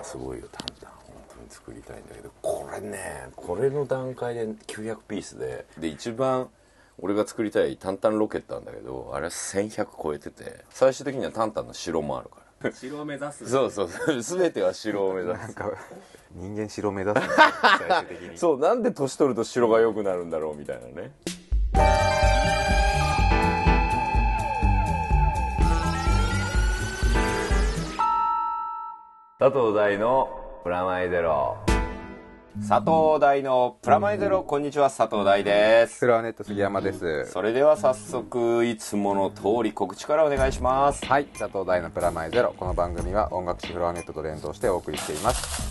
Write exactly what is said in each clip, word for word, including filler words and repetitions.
すごいよ。タンタン本当に作りたいんだけど、これねこれの段階できゅうひゃくピースでで一番俺が作りたいタンタンロケットなんだけど、あれせんひゃく超えてて、最終的にはタンタンの城もあるから城を目指す。 そうそうそう、全ては城を目指す。 なんか人間城目指す最終的にそう、なんで年取ると城が良くなるんだろうみたいなね。佐藤大のプラマイゼロ。佐藤大のプラマイゼロ、こんにちは、佐藤大です。 フロアネット杉山です。 それでは早速いつもの通り告知からお願いします。 はい、佐藤大のプラマイゼロ。この番組は音楽誌フロアネットと連動してお送りしています。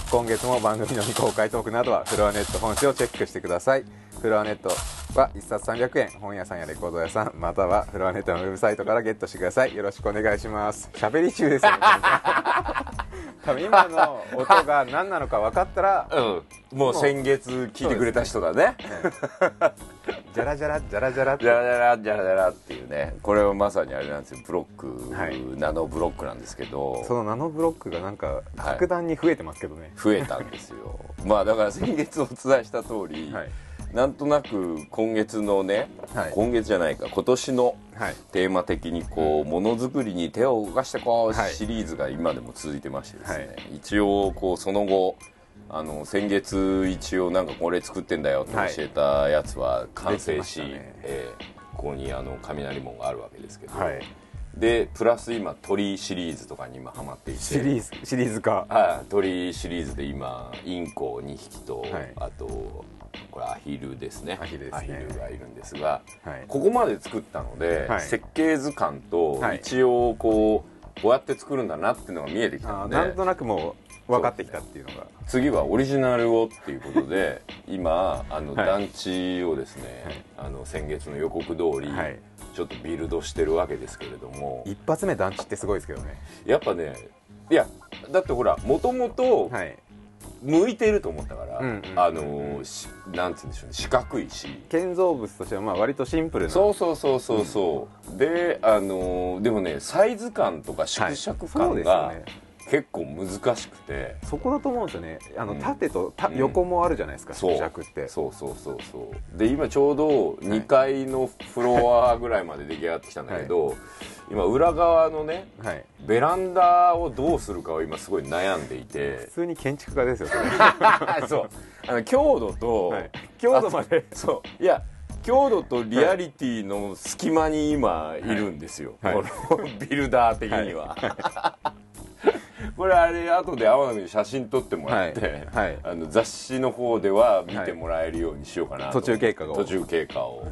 今月も番組の未公開トークなどはフロアネット本誌をチェックしてください。フロアネットはいっさつさんびゃくえん、本屋さんやレコード屋さん、またはフロアネットのウェブサイトからゲットしてください。よろしくお願いします。喋り中ですよね多分今の音が何なのか分かったら、 うん、もう先月聞いてくれた人だね。 ジャラジャラジャラジャラジャラジャラジャラジャラっていうね、これはまさにあれなんですよ、ブロック、 はい、 ナノブロックなんですけど、 そのナノブロックがなんか格段に増えてますけどね、 はい、増えたんですよまあだから先月お伝えした通り、はい、なんとなく今月のね、はい、今月じゃないか今年のテーマ的にこうものづくりに手を動かしてこう、はい、シリーズが今でも続いてましてですね、はい、一応こうその後あの先月一応なんかこれ作ってんだよって教えたやつは完成し、はい、ねえー、ここにあの雷門があるわけですけど、はい、でプラス今鳥シリーズとかに今ハマっていて、 シリーズシリーズか、 はい、鳥シリーズで今インコにひきと、はい、あとこれアヒルですね、アヒルですね、アヒルがいるんですが、はい、ここまで作ったので、はい、設計図鑑と一応こうこうやって作るんだなっていうのが見えてきたので、 なんとなくもう分かってきたっていうのが、 次はオリジナルをっていうことで今あの団地をですね、はい、あの先月の予告通り、はい、ちょっとビルドしてるわけですけれども、 一発目団地ってすごいですけどね。 やっぱね、いやだってほらもともと向いてると思ったから、あのなんて言うんでしょうね、四角いし建造物としてはまあ割とシンプルな、 そうそうそうそうそう、うん、であのでもねサイズ感とか縮尺感が、はい、結構難しくて、 そこだと思うんですよね。あの、うん、縦とた横もあるじゃないですか、縮尺って。 そうそうそうそうで今ちょうどにかいのフロアぐらいまで出来上がってきたんだけど、はい、今裏側のね、はい、ベランダをどうするかを今すごい悩んでいて、 普通に建築家ですよそれそうあの強度と、はい、 強度までそういや強度とリアリティの隙間に今いるんですよ、はいはい、このビルダー的には、はいこれあれ後で青野に写真撮ってもらって、はいはい、あの雑誌の方では見てもらえるようにしようかなと、 途中経過を途中経過を、はい、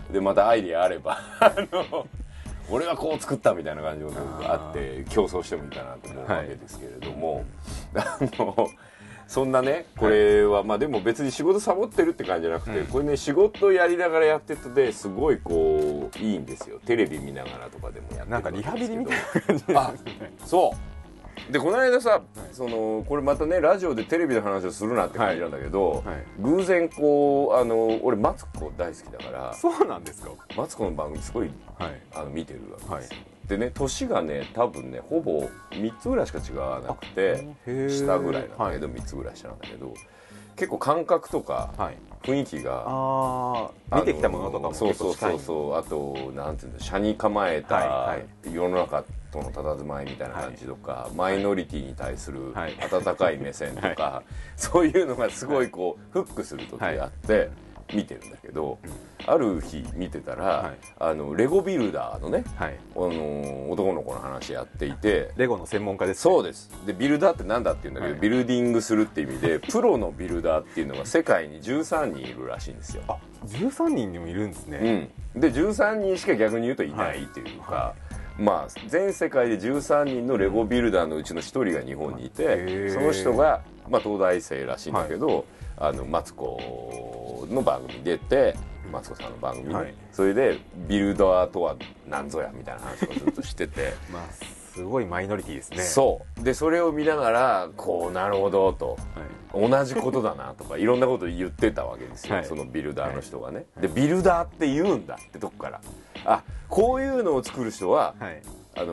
でまたアイディアあればあの俺がこう作ったみたいな感じのがあって競争してもいいかなと思うわけですけれども、はい、あのそんなねこれは、はい、まあでも別に仕事サボってるって感じじゃなくて、うん、これね仕事やりながらやっててすごいこういいんですよ。テレビ見ながらとかでもやってるなんかリハビリみたいな感じですね。 あ、そうでこの間さ、はい、そのこれまたねラジオでテレビの話をするなって感じなんだけど、はいはい、偶然こうあの俺マツコ大好きだから。 そうなんですか。 マツコの番組すごい、はい、あの見てるわけですよ、はい、でね年がね多分ねほぼみっつぐらいしか違わなくて下ぐらいなんだけど、はい、みっつぐらい下なんだけど結構感覚とか雰囲気が、 はい、あ見てきたものとかも結構近い。 そうそうそうそう、あとなんていうの車に構えた、はいはい、世の中との佇まいみたいな感じとか、はい、マイノリティに対する温かい目線とか、はい、そういうのがすごいこうフックする時があって見てるんだけど、うん、ある日見てたら、はい、あのレゴビルダーのね、はい、あの男の子の話やっていて、 レゴの専門家ですね。 そうです。でビルダーってなんだって言うんだけど、はい、ビルディングするって意味でプロのビルダーっていうのが世界にじゅうさんにんいるらしいんですよ。 あ、じゅうさんにんにもいるんですね、 うん、でじゅうさんにんしか逆に言うといないっていうか、はい、まあ全世界でじゅうさんにんのレゴビルダーのうちのひとりが日本にいて、その人が、まあ、東大生らしいんだけど、はい、あのマツコの番組に出て、マツコさんの番組に、はい、それでビルダーとは何ぞやみたいな話をずっとしててまあすごいマイノリティですね。 そうでそれを見ながらこうなるほどと、はい、同じことだなとかいろんなこと言ってたわけですよ、はい、そのビルダーの人がね、はい、でビルダーって言うんだってとこから、あこういうのを作る人は、はい、あの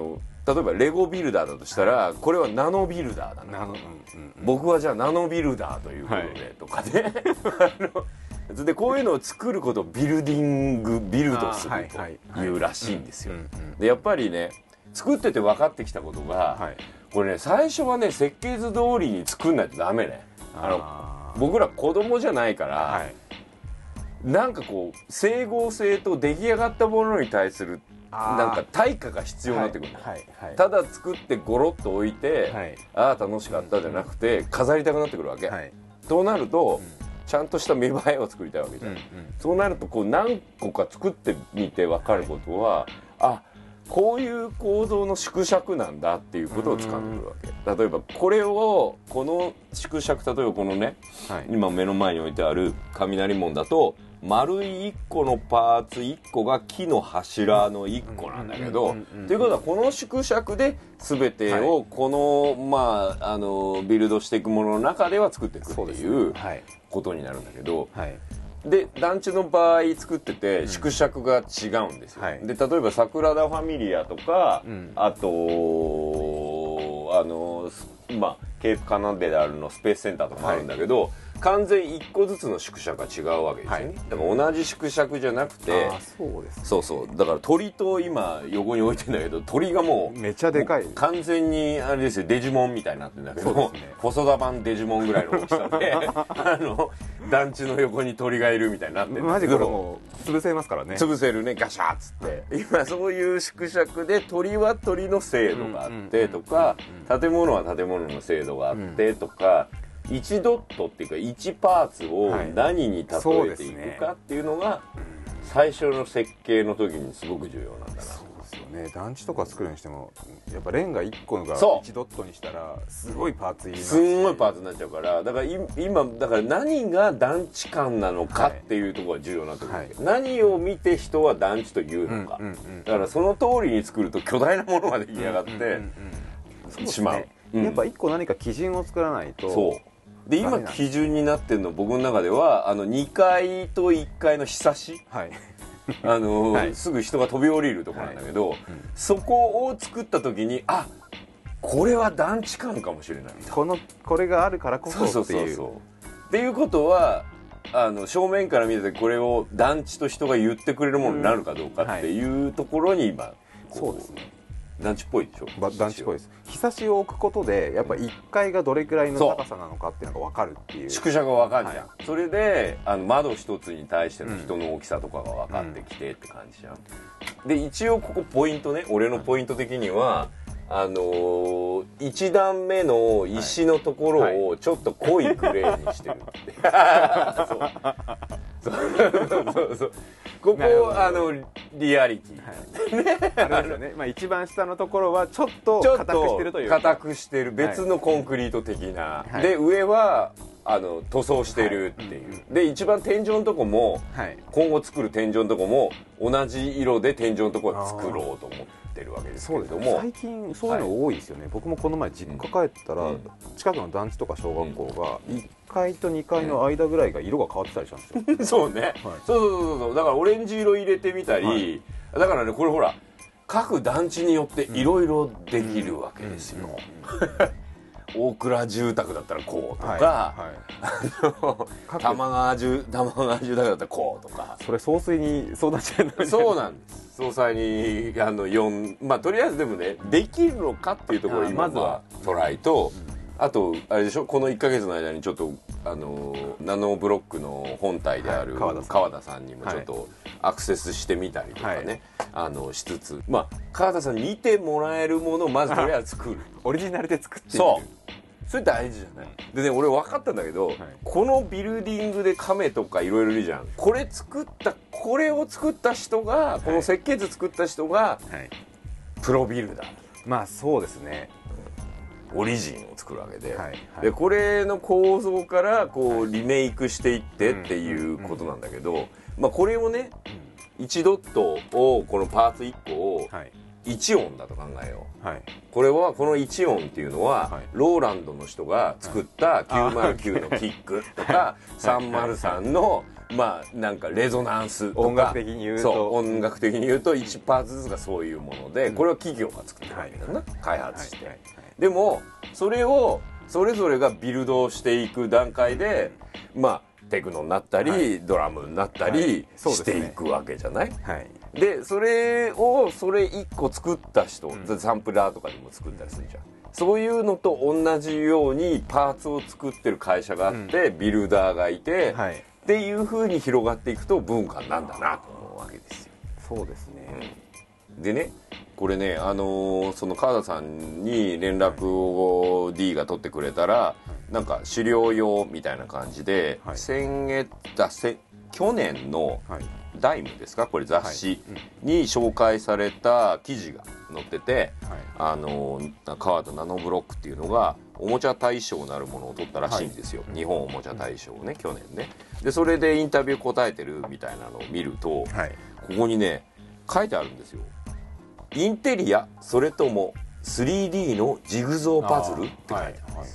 例えばレゴビルダーだとしたら、これはナノビルダーだな、ナノ、うんうんうん、僕はじゃあナノビルダーということで、はい、とかねあのでこういうのを作ることをビルディングビルドするというらしいんですよ。でやっぱりね作ってて分かってきたことが、はい、これね最初はね設計図通りに作んないとダメね。あの僕ら子供じゃないから、はい、なんかこう整合性と出来上がったものに対するなんか対価が必要になってくる、はいはいはい、ただ作ってゴロッと置いて、はい、ああ楽しかったじゃなくて、うん、飾りたくなってくるわけ、はい、となると、うん、ちゃんとした見栄えを作りたいわけじゃん、うんうん、そうなるとこう何個か作ってみて分かることは、はい、あこういう構造の縮尺なんだっていうことを掴んでくるわけ。例えばこれをこの縮尺、例えばこのね、はい、今目の前に置いてある雷門だと丸いいっこのパーツいっこが木の柱のいっこなんだけど、ということはこの縮尺で全てをこの、はい、まああのビルドしていくものの中では作っていくっていうことになるんだけど、はい、で団地の場合作ってて縮尺が違うんですよ、はい、で例えばサグラダ・ファミリアとか、うん、あとあのまあケープカナベダルのスペースセンターとかもあるんだけど、はい、完全いっこずつの縮尺が違うわけですよね、はい、だから同じ縮尺じゃなくて、あそうですね、そうそうだから鳥と今横に置いてんだけど鳥がもうめっちゃでかい完全にあれですよデジモンみたいになってるんだけど、ね、細田版デジモンぐらいの大きさであの団地の横に鳥がいるみたいになってるんだけどマジこれもう潰せますからね潰せるねガシャーっつって今そういう縮尺で鳥は鳥の精度があってとか建物は建物の精度があってとか、うん、いちドットっていうかいちパーツを何に例えていくかっていうのが最初の設計の時にすごく重要なんだな。 そうですよね。団地とか作るにしてもやっぱレンガいっこがいちドットにしたらすごいパーツいりますし、 すごいパーツになっちゃうからだから今だから何が団地感なのかっていうところが重要になってくる、はい、何を見て人は団地というのか、うんうんうん、だからその通りに作ると巨大なものが出来上がってしまう。 やっぱいっこ何か基準を作らないと。 そうで今基準になってるの僕の中ではあのにかいといっかいのひさし、はいあのはい、すぐ人が飛び降りるところなんだけど、はいうん、そこを作った時にあこれは団地感かもしれないこのこれがあるからこそっていう。 っていうことはあの正面から見ててこれを団地と人が言ってくれるものになるかどうかっていうところに今、うんはい、 そうですね団地っぽいでしょ。 団地っぽいです。ひさしを置くことでやっぱいっかいがどれくらいの高さなのかっていうのが分かるっていう縮尺が分かるじゃん、はい、それであの窓一つに対しての人の大きさとかが分かってきてって感じじゃん、うん、で一応ここポイントね俺のポイント的にはあのー、いち段目の石のところをちょっと濃いグレーにしてるって、はい、そうそうそうそうここあのリアリティ、 はい、ね、あれですよね、まあ、一番下のところはちょっと硬くしてるというか硬くしてる別のコンクリート的な、はい、で上はあの塗装してるっていう、はい、で一番天井のとこも、はい、今後作る天井のとこも同じ色で天井のとこは作ろうと思ってるわけですけれども、ね、 最近そういうの多いですよね、はい、僕もこの前実家帰ったら、うん、近くの団地とか小学校がいっかいとにかいの間ぐらいが色が変わってたりしたんですよ、 そうね、はい、そうそうそうそうだからオレンジ色入れてみたり、はい、だからねこれほら各団地によっていろいろできるわけですよ、大蔵住宅だったらこうとか、はいはい、玉川住玉川住宅だったらこうとかそれ総帥に相談してるのにそうなんです総裁にあのよんまあとりあえずでもねできるのかっていうところを今はトライと、うんあとあれでしょこのいっかげつの間にちょっとあのナノブロックの本体である川田さん、川田さんにもちょっとアクセスしてみたりとかね、はい、あのしつつまあ川田さんに見てもらえるものをまずとりあえず作るオリジナルで作っているそうそれ大事じゃないでね俺分かったんだけど、はい、このビルディングでカメとかいろいろいるじゃんこれ作ったこれを作った人が、はい、この設計図作った人が、はい、プロビルダーまあそうですねオリジンを作るわけで、はいはい、でこれの構造からこうリメイクしていってっていうことなんだけど、まあこれをねいちドットをこのパーツいっこをいち音だと考えよう、 はい、 これはこのいち音っていうのは、はい、ローランドの人が作ったきゅうまるきゅうのキックとか、はい、さんまるさんのまあなんかレゾナンスとか音楽的に言うとそう音楽的に言うといちパーツずつがそういうもので、うん、これは企業が作ってるわけだな、はい、開発して、はいはいはい、でもそれをそれぞれがビルドしていく段階で、うん、まあテクノになったり、はい、ドラムになったり、はい、していくわけじゃない、はい、でそれをそれいっこ作った人、うん、サンプラーとかにも作ったりするじゃん、そういうのと同じようにパーツを作ってる会社があって、うん、ビルダーがいて、はい、っていう風に広がっていくと文化なんだなと思うわけですよ。 そうですね、 うん、でねこれねあのー、その川田さんに連絡を D が取ってくれたら、はい、なんか資料用みたいな感じで、はい、先月だせ去年のダイムですかこれ雑誌に紹介された記事が載ってて、はい、あの川田ナノブロックっていうのがおもちゃ大賞なるものを取ったらしいんですよ、はい、日本おもちゃ大賞をね去年ね。でそれでインタビュー答えてるみたいなのを見ると、はい、ここにね書いてあるんですよ。インテリアそれとも スリーディー のジグゾーパズルって書いてあるんです、はいはいはい、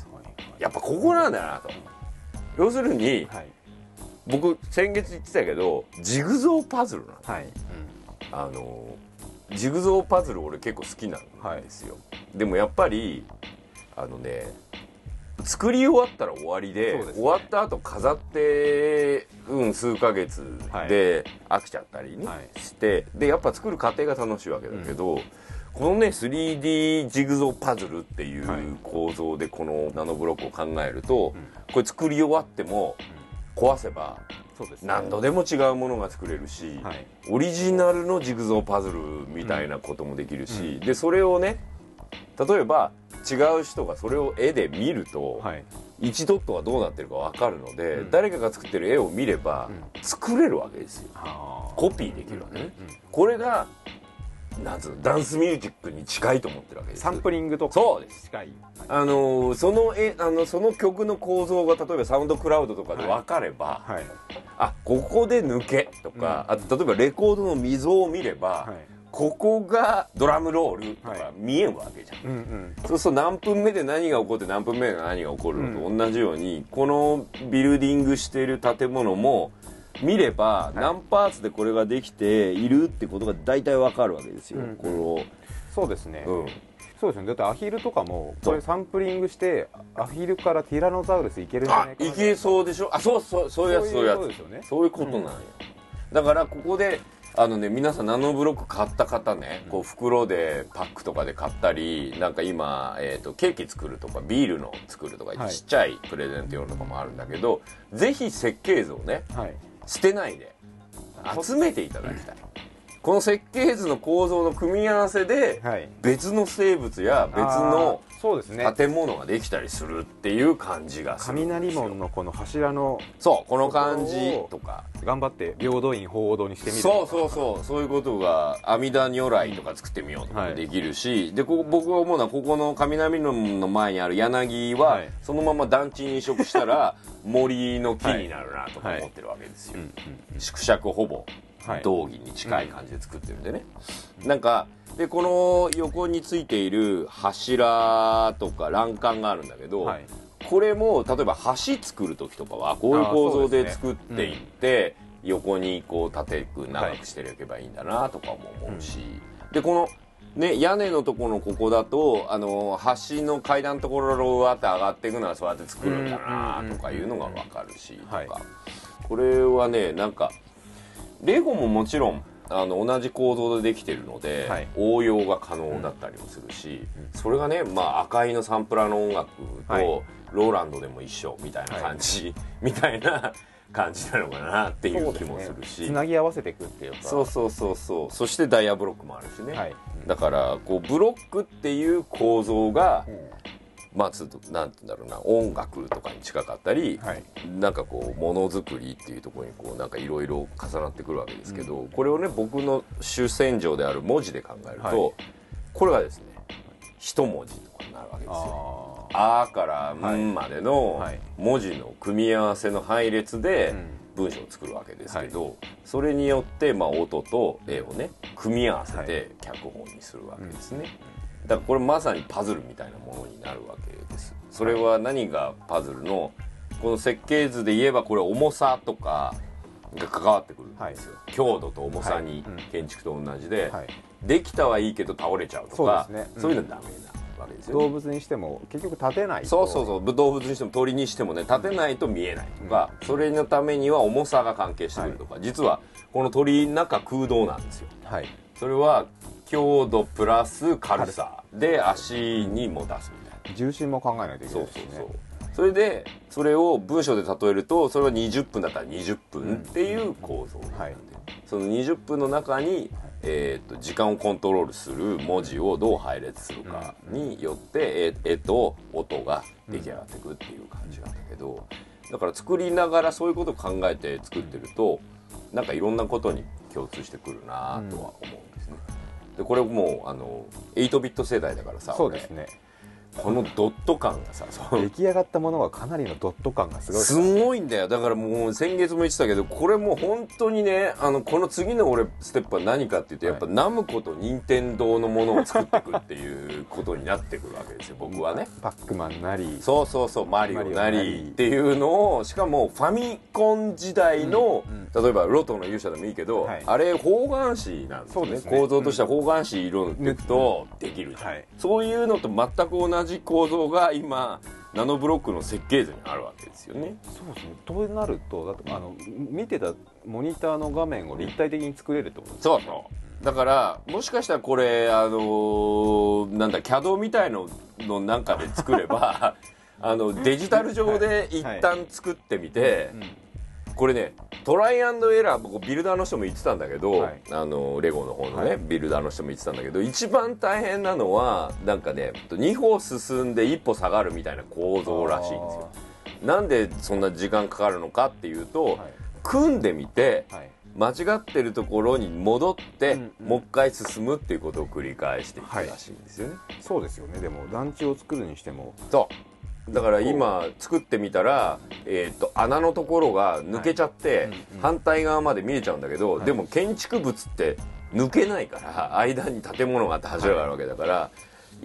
やっぱここなんだなと。要するに、はい、僕先月言ってたけどジグゾーパズルなんだ、はいうん、あのジグゾーパズル俺結構好きなんですよ、はい、でもやっぱりあのね作り終わったら終わり で, で、ね、終わった後飾ってうん数ヶ月で飽きちゃったり、ねはい、してでやっぱ作る過程が楽しいわけだけど、うん、このね スリーディー ジグゾーパズルっていう構造でこのナノブロックを考えると、うん、これ作り終わっても壊せば何度でも違うものが作れるし、はい、オリジナルのジグゾーパズルみたいなこともできるし、うん、でそれをね例えば違う人がそれを絵で見ると、はい、いちドットがどうなってるか分かるので、うん、誰かが作ってる絵を見れば、うん、作れるわけですよ、コピーできるわけね、うんうん、これがなんつうのダンスミュージックに近いと思ってるわけです。 サンプリングとかそうです近い、あのその絵あのその曲の構造が例えばサウンドクラウドとかで分かれば、はいはい、あここで抜けとか、うん、あと例えばレコードの溝を見れば、はい、ここがドラムロールとか見えるわけじゃん、はいうんうん、そうすると何分目で何が起こって何分目で何が起こるのと同じように、うん、このビルディングしている建物も見れば何パーツでこれができているってことが大体わかるわけですよ、うん、このそうですね、うん、そうですね。だってアヒルとかもこれサンプリングしてアヒルからティラノザウルスいけるんじゃないかな。 あいけそうでしょ。あそうそうそういうやつそういうやつですよね。そういうことなんよ、うん、だからここであのね皆さんナノブロック買った方ね、うん、こう袋でパックとかで買ったりなんか今、えーと、ケーキ作るとかビールの作るとか、はい、ちっちゃいプレゼント用のとかもあるんだけどぜひ設計図をね、はい捨てないで集めていただきたい、うん、この設計図の構造の組み合わせで別の生物や別の建物ができたりするっていう感じがするんですよ。 雷門のこの柱のそうこの感じとか頑張って平等院鳳凰堂にしてみるそうそうそうそういうことが阿弥陀如来とか作ってみようとかもできるし、はい、でここ僕が思うのはここの雷門の前にある柳は、はい、そのまま団地に移植したら森の木になるなとか思ってるわけですよ、はいはい、縮尺ほぼ道義に近い感じで作ってるんでね、うん、なんかでこの横についている柱とか欄干があるんだけど、はい、これも例えば橋作る時とかはこういう構造で作っていって、ねうん、横にこう縦く長くしていけばいいんだなとかも思うし、はい、でこのね、屋根のところのここだとあの橋の階段のところをわって上がっていくのはそうやって作るんだなとかいうのが分かるし、とか、はい、これはねなんかレゴももちろんあの同じ構造でできてるので、はい、応用が可能だったりもするし、うん、それがね、まあ、赤いのサンプラーの音楽と、はい、ローランドでも一緒みたいな感じ、はい、みたいな感じなのかなっていう気もするし、 ね、つなぎ合わせていくっていうかそうそうそうそうそしてダイヤブロックもあるしね、はいうん、だからこうブロックっていう構造が、うんまあ、なんて言うんだろうな音楽とかに近かったり、はい、なんかこうものづくりっていうところにこうなんかいろいろ重なってくるわけですけど、うん、これをね僕の主戦場である文字で考えると、はい、これがですね一文字とかになるわけですよ。あーからんまでの文字の組み合わせの配列で文章を作るわけですけど、はい、それによって、まあ、音と絵をね組み合わせて脚本にするわけですね、はい、だからこれまさにパズルみたいなものになるわけです。それは何がパズルのこの設計図で言えばこれ重さとかが関わってくるんですよ、はい、強度と重さに建築と同じで、はい、できたはいいけど倒れちゃうとか そうですね、うん、そういうのはダメなわけですよね。 動物にしても結局立てないとそうそうそう動物にしても鳥にしてもね立てないと見えないとか、うん、それのためには重さが関係してくるとか、はい、実はこの鳥の中空洞なんですよ、はい、それは強度プラス軽さで足にも出すみたいな重心も考えないといけないですね。 そうそうそうそれでそれを文章で例えるとそれはにじゅっぷんだったらにじゅっぷんっていう構造なんで、はい、そのにじゅっぷんの中に、えー、と時間をコントロールする文字をどう配列するかによって絵、絵と音が出来上がっていくっていう感じなんだけど、だから作りながらそういうことを考えて作ってるとなんかいろんなことに共通してくるなとは思うんですね。でこれもうあのはちビット世代だからさそうですねこのドット感がさ出来上がったものがかなりのドット感がすごいすごいんだよ。だからもう先月も言ってたけどこれもう本当にねあのこの次の俺ステップは何かっていうとやっぱナムコと任天堂のものを作っていくっていうことになってくるわけですよ僕はね。 パックマンなりそうそうそうマリオなりっていうのをしかもファミコン時代の、うんうん、例えばロトの勇者でもいいけど、はい、あれ方眼紙なんですよ ね, ですね構造としては方眼紙色塗っていくとできるじゃん、うんはい、そういうのと全く同じ構造が今ナノブロックの設計図にあるわけですよね。 そうですね。となるとだってあの見てたモニターの画面を立体的に作れるってことですね。 そうそうだからもしかしたらこれあのー、なんだ キャド みたいののなんかで作ればあのデジタル上で一旦作ってみて、はいはいうんこれねトライアンドエラー僕ビルダーの人も言ってたんだけど、はい、あのレゴの方のね、はい、ビルダーの人も言ってたんだけど一番大変なのはなんかねに歩進んでいっ歩下がるみたいな構造らしいんですよ。なんでそんな時間かかるのかっていうと、はい、組んでみて、はい、間違ってるところに戻って、うんうん、もう一回進むっていうことを繰り返していくらしいんですよね、 はい、そうですよね。でも団地を作るにしてもそうだから今作ってみたら、えー、と穴のところが抜けちゃって、はいうんうん、反対側まで見えちゃうんだけど、はい、でも建築物って抜けないから間に建物があって柱があるわけだから、はい、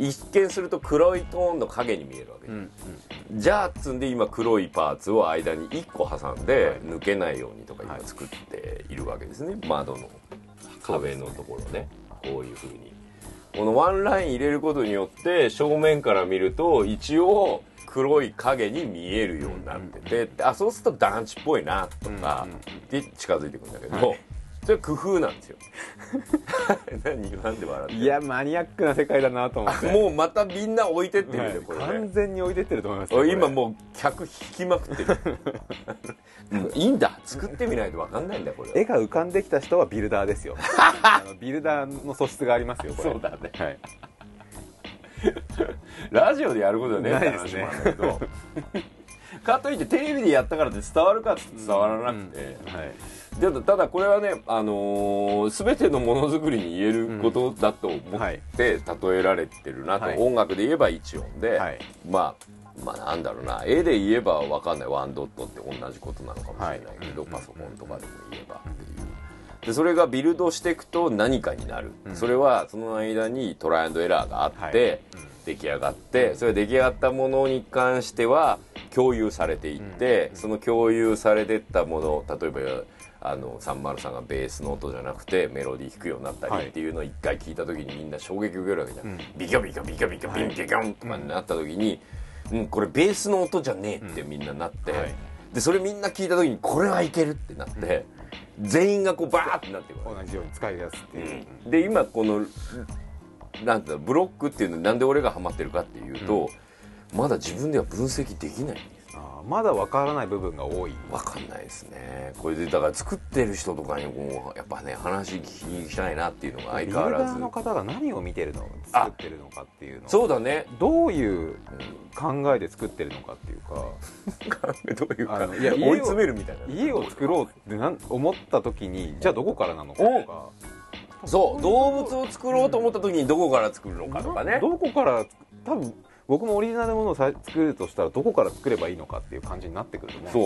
一見すると黒いトーンの影に見えるわけ、うんうん、じゃあつんで今黒いパーツを間にいっこ挟んで、はい、抜けないようにとか今作っているわけですね。窓の壁のところねこういう風にこのワンライン入れることによって正面から見ると一応黒い影に見えるようになってて、うんうん、あそうすると団地っぽいなとかで近づいてくるんだけど、はい、それは工夫なんですよ何なんで笑っていやマニアックな世界だなと思ってもうまたみんな置いてってるよね、はい、これね完全に置いてってると思いますよ今もう客引きまくってるうん、いいんだ作ってみないと分かんないんだこれ絵が浮かんできた人はビルダーですよあのビルダーの素質がありますよこれそうだね、はいラジオでやることはねえって話もあるんだけどかといってテレビでやったからって伝わるかって伝わらなくて、うんはい、でただこれはね、あのー、全てのものづくりに言えることだと思って例えられてるなと、はい、音楽で言えば一音で、はい、まあまあなんだろうな絵で言えば分かんないワンドットって同じことなのかもしれないけど、はい、パソコンとかでも言えばっていうでそれがビルドしていくと何かになる、うん、それはその間にトライアンドエラーがあって、はいうん、出来上がってそれ出来上がったものに関しては共有されていって、うん、その共有されていったもの例えばあのさんまるさんがベースの音じゃなくてメロディー弾くようになったりっていうのを一回聞いた時にみんな衝撃を受けるわけじゃん、うん、ビキョビキョビキョビキョビンビキョンとかになった時に、うん、これベースの音じゃねえってみんななって、うんはい、でそれみんな聞いた時にこれはいけるってなって、うん、全員がこうバーってなっていく同じように使いやすっていう、 うん、で今このなんてブロックっていうのになんで俺がハマってるかっていうと、うん、まだ自分では分析できないんです。 あまだ分からない部分が多い。 分かんないですね。これでだから作ってる人とかにもやっぱね話聞きに行きたいなっていうのが相変わらず。 ビルダーの方が何を見てるの作ってるのかっていうのそうだねどういう考えで作ってるのかっていうかどういうかいや追い詰めるみたいな家を作ろうってなん思った時にじゃあどこからなのかとかそう動物を作ろうと思った時にどこから作るのかとかね、 どこから多分僕もオリジナルのものを作るとしたらどこから作ればいいのかっていう感じになってくると思うんですよね。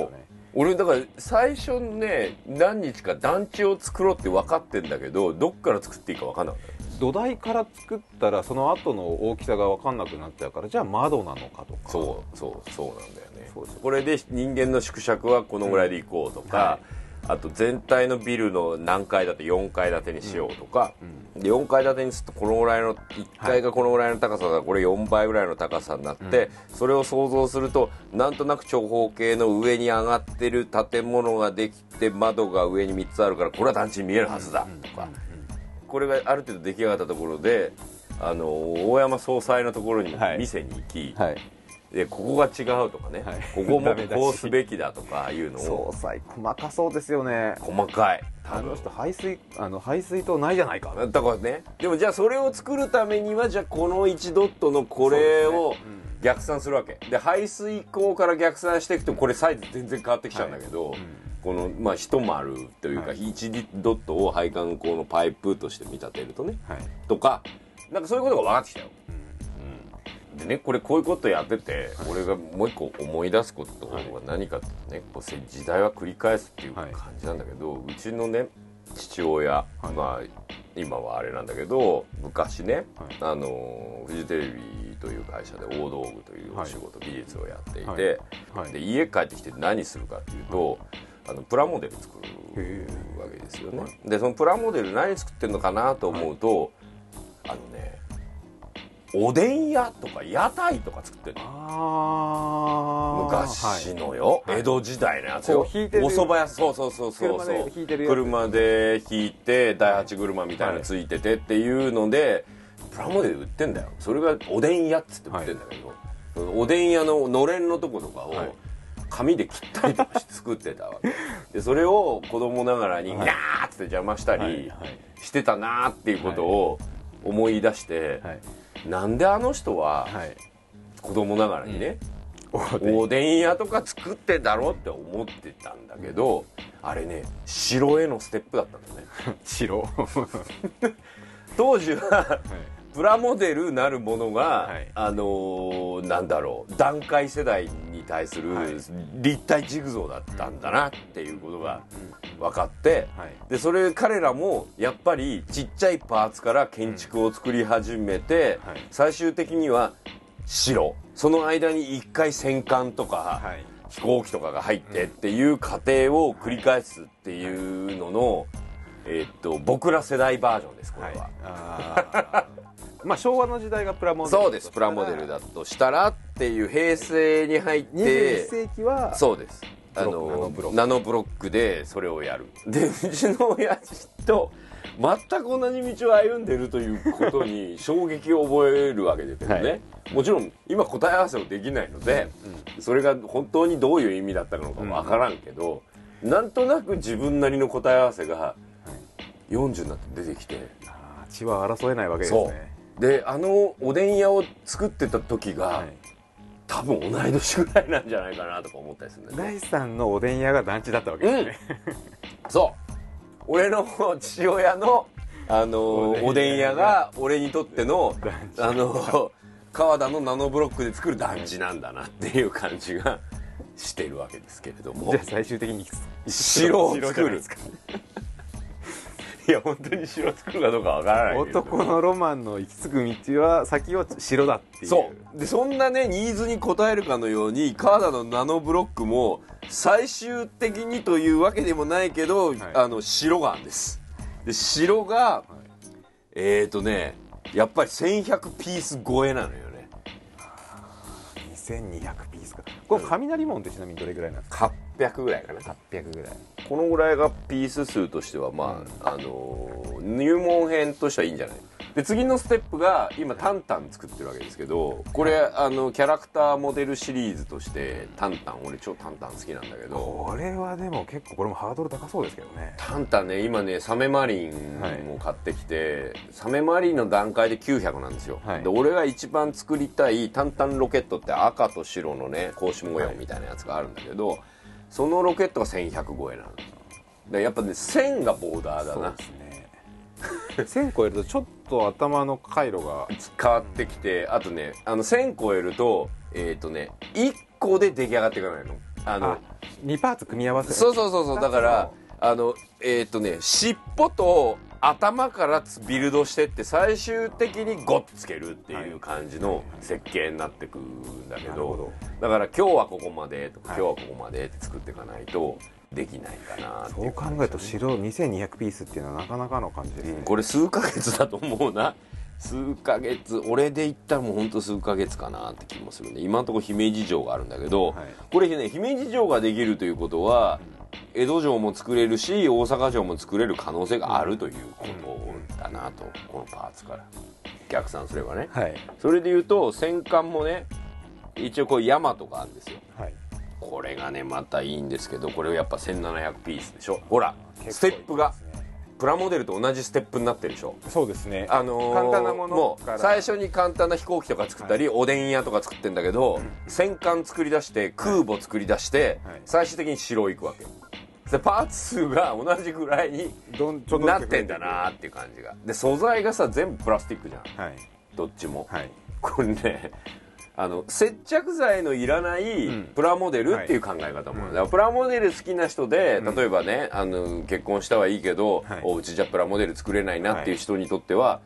俺だから最初ね何日か団地を作ろうって分かってんだけどどっから作っていいか分かんなかった。 土台から作ったらその後の大きさが分かんなくなっちゃうから、じゃあ窓なのかとか。 そうそうそうなんだよね。そうです。これで人間の縮尺はこのぐらいでいこうとか、うんはいあと全体のビルの何階建てよんかい建てにしようとか、うん、でよんかい建てにするとこのぐらいのいっかいがこのぐらいの高さだからこれよんばいぐらいの高さになって、うん、それを想像するとなんとなく長方形の上に上がってる建物ができて窓が上にみっつあるからこれは団地に見えるはずだとか、これがある程度出来上がったところであの大山総裁のところに店に行き、はいはいでここが違うとかね、はい、ここもこうすべきだとかいうのを総裁細かそうですよね。 細かい。 あの人排水あの排水筒ないじゃないかだからね。でもじゃあそれを作るためにはじゃあこのいちドットのこれを逆算するわけで、排水口から逆算していくとこれサイズ全然変わってきちゃうんだけど、はいうん、このまあ一丸というかいちドットを配管口のパイプとして見立てるとね、はい、とかなんかそういうことが分かってきたよ。でね、これこういうことやってて、はい、俺がもう一個思い出すことは何かってね、こう時代は繰り返すっていう感じなんだけど、はい、うちのね父親、はい、まあ今はあれなんだけど昔ね、はい、あのフジテレビという会社で大道具というお仕事、はい、技術をやっていて、はいはい、で家帰ってきて何するかっていうと、はい、あのプラモデル作るわけですよね。でそのプラモデル何作ってるのかなと思うと、はい、あのねおでん屋とか屋台とか作ってるの。昔のよ、はい、江戸時代のやつよ。お蕎麦屋そうそうそうそうそう。車で引いて大八車みたいなのついててっていうので、プラモデル売ってんだよ。それがおでん屋っつって売ってんだけど、はい、おでん屋ののれんのとことかを紙で切ったりとかして作ってたわけで、それを子供ながらにギャーッって邪魔したりしてたなーっていうことを思い出して、はいはいなんであの人は子供ながらにね、うん、おでん屋とか作ってんだろうって思ってたんだけど、あれね城へのステップだったんだね。 城当時は、はい、プラモデルなるものが、はい、あのー、なんだろう団塊世代に対する立体ジグゾーだったんだなっていうことが分かって、はい、でそれ彼らもやっぱりちっちゃいパーツから建築を作り始めて、うんはい、最終的には城その間に一回戦艦とか、はい、飛行機とかが入ってっていう過程を繰り返すっていうのの、えー、っと僕ら世代バージョンですこれは。はい、あまあ昭和の時代がプラモデルそうですプラモデルだとしたらっていう平成に入ってにじゅういっ世紀はそうですあのナノブロックでそれをやるでうちの親父と全く同じ道を歩んでるということに衝撃を覚えるわけですけどね、はい、もちろん今答え合わせをできないので、うん、それが本当にどういう意味だったのかわからんけど、うん、なんとなく自分なりの答え合わせがよんじゅうになって出てきて、 あ血は争えないわけですね。 であのおでん屋を作ってた時が、はい、多分同い年ぐらいなんじゃないかなとか思ったりするんだよね。 大さんのおでん屋が団地だったわけですね、 うん、そう俺の父親の、あのー、おでん屋が俺にとっての、あのー、川田のナノブロックで作る団地なんだなっていう感じがしてるわけですけれども、 じゃあ最終的に城を作るいや本当に城作るかどうかわからないけど男のロマンの行き着く道は先は城だっていう。 そうでそんなねニーズに応えるかのように川田のナノブロックも最終的にというわけでもないけど、はい、あの城があるんです。で城が、はい、えーとねやっぱりせんひゃくピース超えなのよね。 にせんにひゃくピースか。この雷門ってちなみにどれぐらいなんですか。 はっぴゃくぐらいかな。 はっぴゃくぐらい。 このぐらいがピース数としてはまあ、うん、あの入門編としてはいいんじゃない。で次のステップが今タンタン作ってるわけですけど、これあのキャラクターモデルシリーズとしてタンタン俺超タンタン好きなんだけど、 これはでも結構これもハードル高そうですけどね。 タンタンね今ねサメマリンを買ってきて、はい、サメマリンの段階できゅうひゃくなんですよ、はい、で俺が一番作りたいタンタンロケットって赤と白のね格子模様みたいなやつがあるんだけど、はい、そのロケットがせんひゃく超えなのでやっぱねせんがボーダーだな。そうですねせん超えるとちょっと頭の回路が変わってきて、あとねあのせん超えるとえっ、ー、とねいっこで出来上がっていかないの。 あのにパーツ組み合わせる。 そうそうそうそう、だからあのえっとね尻尾と頭からビルドしてって最終的にゴッつけるっていう感じの設計になってくんだけど、だから今日はここまでとか、はい、今日はここまでって作っていかないとできないかなっていう、ね、 そう考えると白にせんにひゃくピースっていうのはなかなかの感じですね、 うん、これ数ヶ月だと思うな。数ヶ月、俺で言ったらもうほんと数ヶ月かなって気もするね。今のところ姫路城があるんだけど、はい、これね姫路城ができるということは、うん、江戸城も作れるし大阪城も作れる可能性があるということだなと、うん、このパーツから逆算すればね、はい、それで言うと戦艦もね一応こう大和があるんですよ、はい、これがねまたいいんですけど、これやっぱせんななひゃくピースでしょ。ほらステップがプラモデルと同じステップになってるでしょ。 そうですね、 あのー、簡単なものから最初に簡単な飛行機とか作ったり、はい、おでん屋とか作ってんだけど、うん、戦艦作り出して空母作り出して、はい、最終的に城行くわけで、パーツ数が同じぐらいになってんだなっていう感じが。で素材がさ全部プラスチックじゃん、はい、どっちも、はい、これねあの接着剤のいらないプラモデルっていう考え方も、うんはい、だからプラモデル好きな人で、例えばねあの結婚したはいいけど、はい、お家じゃプラモデル作れないなっていう人にとっては、はい、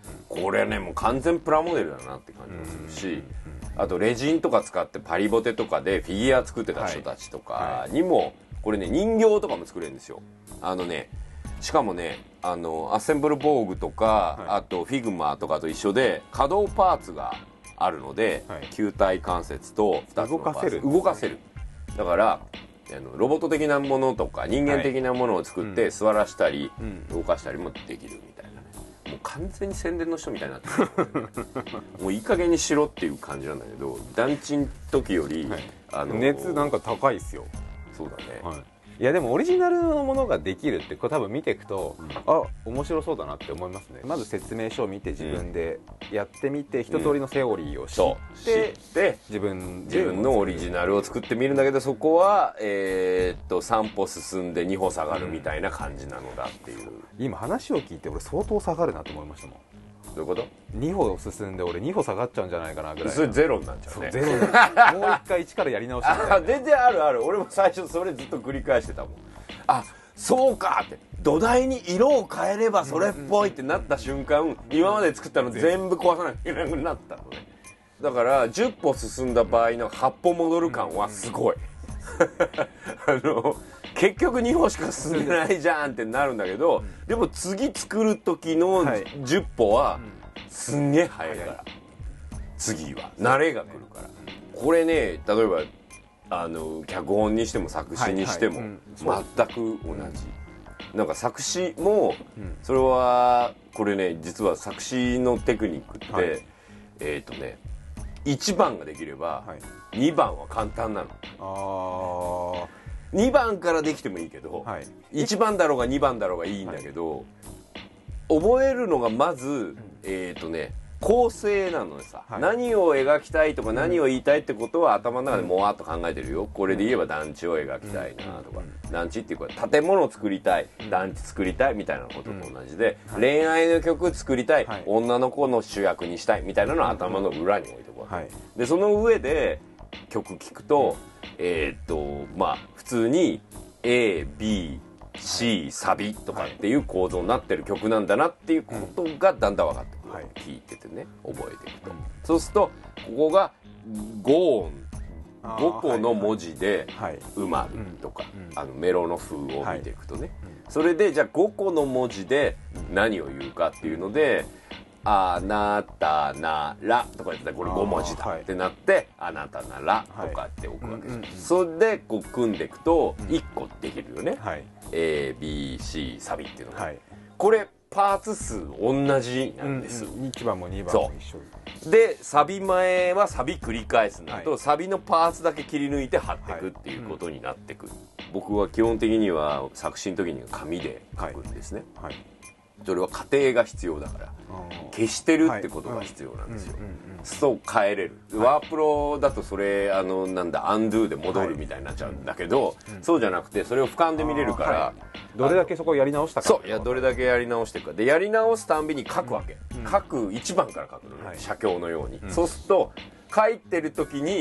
これねもう完全プラモデルだなって感じもするし、あとレジンとか使ってパリボテとかでフィギュア作ってた人たちとかにもこれね人形とかも作れるんですよ。あのねしかもねあのアッセンブルボーグとか、はい、あとフィグマとかと一緒で可動パーツがあるので、はい、球体関節とふたつのパーツ動かせる動かせる。だからあのロボット的なものとか人間的なものを作って、はい、座らしたり、うん、動かしたりもできるみたいなね。もう完全に宣伝の人みたいになってるもういい加減にしろっていう感じなんだけど、団地の時より、はい、あの熱なんか高いっすよ。 そうだね、はい、 いやでもオリジナルのものができるってこれ多分見ていくと、うん、あ面白そうだなって思いますね。まず説明書を見て自分でやってみて、うん、一通りのセオリーを知って、うん、自分自分のオリジナルを作ってみるんだけど、そこは、えー、っとさん歩進んでに歩下がるみたいな感じなのだっていう、うん、 今話を聞いて俺相当下がるなと思いましたもん。 どういうこと？ に歩進んで俺に歩下がっちゃうんじゃないかなぐらい。 それゼロになっちゃうね。 ゼロもう一回一からやり直してみたいな。 全然あるある。俺も最初それずっと繰り返してたもん。あそうかって土台に色を変えればそれっぽいってなった瞬間、今まで作ったの全部壊さなきゃいけなくなったのね。だからじゅっ歩進んだ場合のはち歩戻る感はすごいあの結局に歩しか進んでないじゃんってなるんだけど、でも次作る時のじゅっ歩はすんげえ早いから、次は慣れが来るから。これね例えばあの脚本にしても作詞にしても全く同じ。なんか作詞もそれはこれね実は作詞のテクニックって、はい、えっとねいちばんができればにばんは簡単なの。あにばんからできてもいいけど、はい、いちばんだろうがにばんだろうがいいんだけど、はい、覚えるのがまずえっとね構成なのでさ、はい、何を描きたいとか何を言いたいってことは頭の中でもわっと考えてるよ。これで言えば団地を描きたいなとか、団地っていうか建物を作りたい、団地作りたいみたいなことと同じで、恋愛の曲作りたい、女の子の主役にしたいみたいなのを頭の裏に置いておくわけで、その上で曲聴くとえーっとまあ普通に エービーシー サビとかっていう構造になってる曲なんだなっていうことがだんだん分かってくる、はい、聞いててね覚えていくと、うん、そうするとここがご音ごこの文字で埋まるとか、あのメロの風を見ていくとね、はい、それでじゃあごこの文字で何を言うかっていうのであなたならとか言ってたらこれご文字だってなって、はい、あなたならとかって置くわけです、はい、それでこう組んでいくといっこできるよね、はい、エービーシー サビっていうのが、はい、これパーツ数同じなんです、うんうん、 いちばんもにばんも一緒でサビ前はサビ繰り返すのと、はい、サビのパーツだけ切り抜いて貼っていくっていうことになってくる、はいうん、僕は基本的には作詞の時に紙で書くんですね、はいはいそれは過程が必要だから消してるってことが必要なんですよ、そう変えれる、はい、ワープロだとそれあのなんだアンドゥで戻るみたいになっちゃうんだけど、はいうん、そうじゃなくてそれを俯瞰で見れるから、はい、 どれだけそこをやり直したかそういやどれだけやり直していくかでやり直すたんびに書くわけ、うん、書くいちばんから書くのね、はい、写経のように、うん、そうすると書いてる時に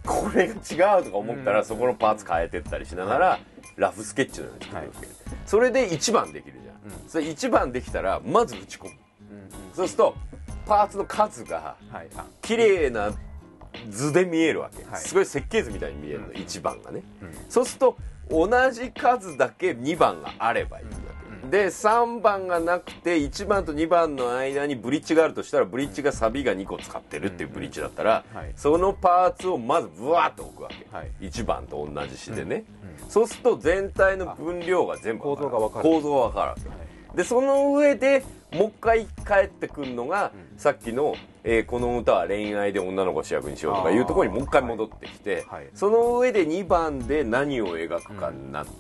これが違うとか思ったらそこのパーツ変えてったりしながらラフスケッチのように作るわけ、はい、それでいちばんできるじゃん、うん、それいちばんできたらまず打ち込む、うんうん、そうするとパーツの数が綺麗な図で見えるわけ、はい、すごい設計図みたいに見えるの、うん、いちばんがね、うん、そうすると同じ数だけにばんがあればいいわけ、うん、でさんばんがなくていちばんとにばんの間にブリッジがあるとしたらブリッジがサビがにこ使ってるっていうブリッジだったら、うんうんはい、そのパーツをまずブワーッと置くわけ、はい、いちばんと同じ詞でね、うんうん、そうすると全体の分量が全部構造が分かる構造が分かるわけ、はい、でその上でもう一回帰ってくるのが、うん、さっきの、えー、この歌は恋愛で女の子を主役にしようとかいうところにもう一回戻ってきて、はいはい、その上でにばんで何を描くかになって、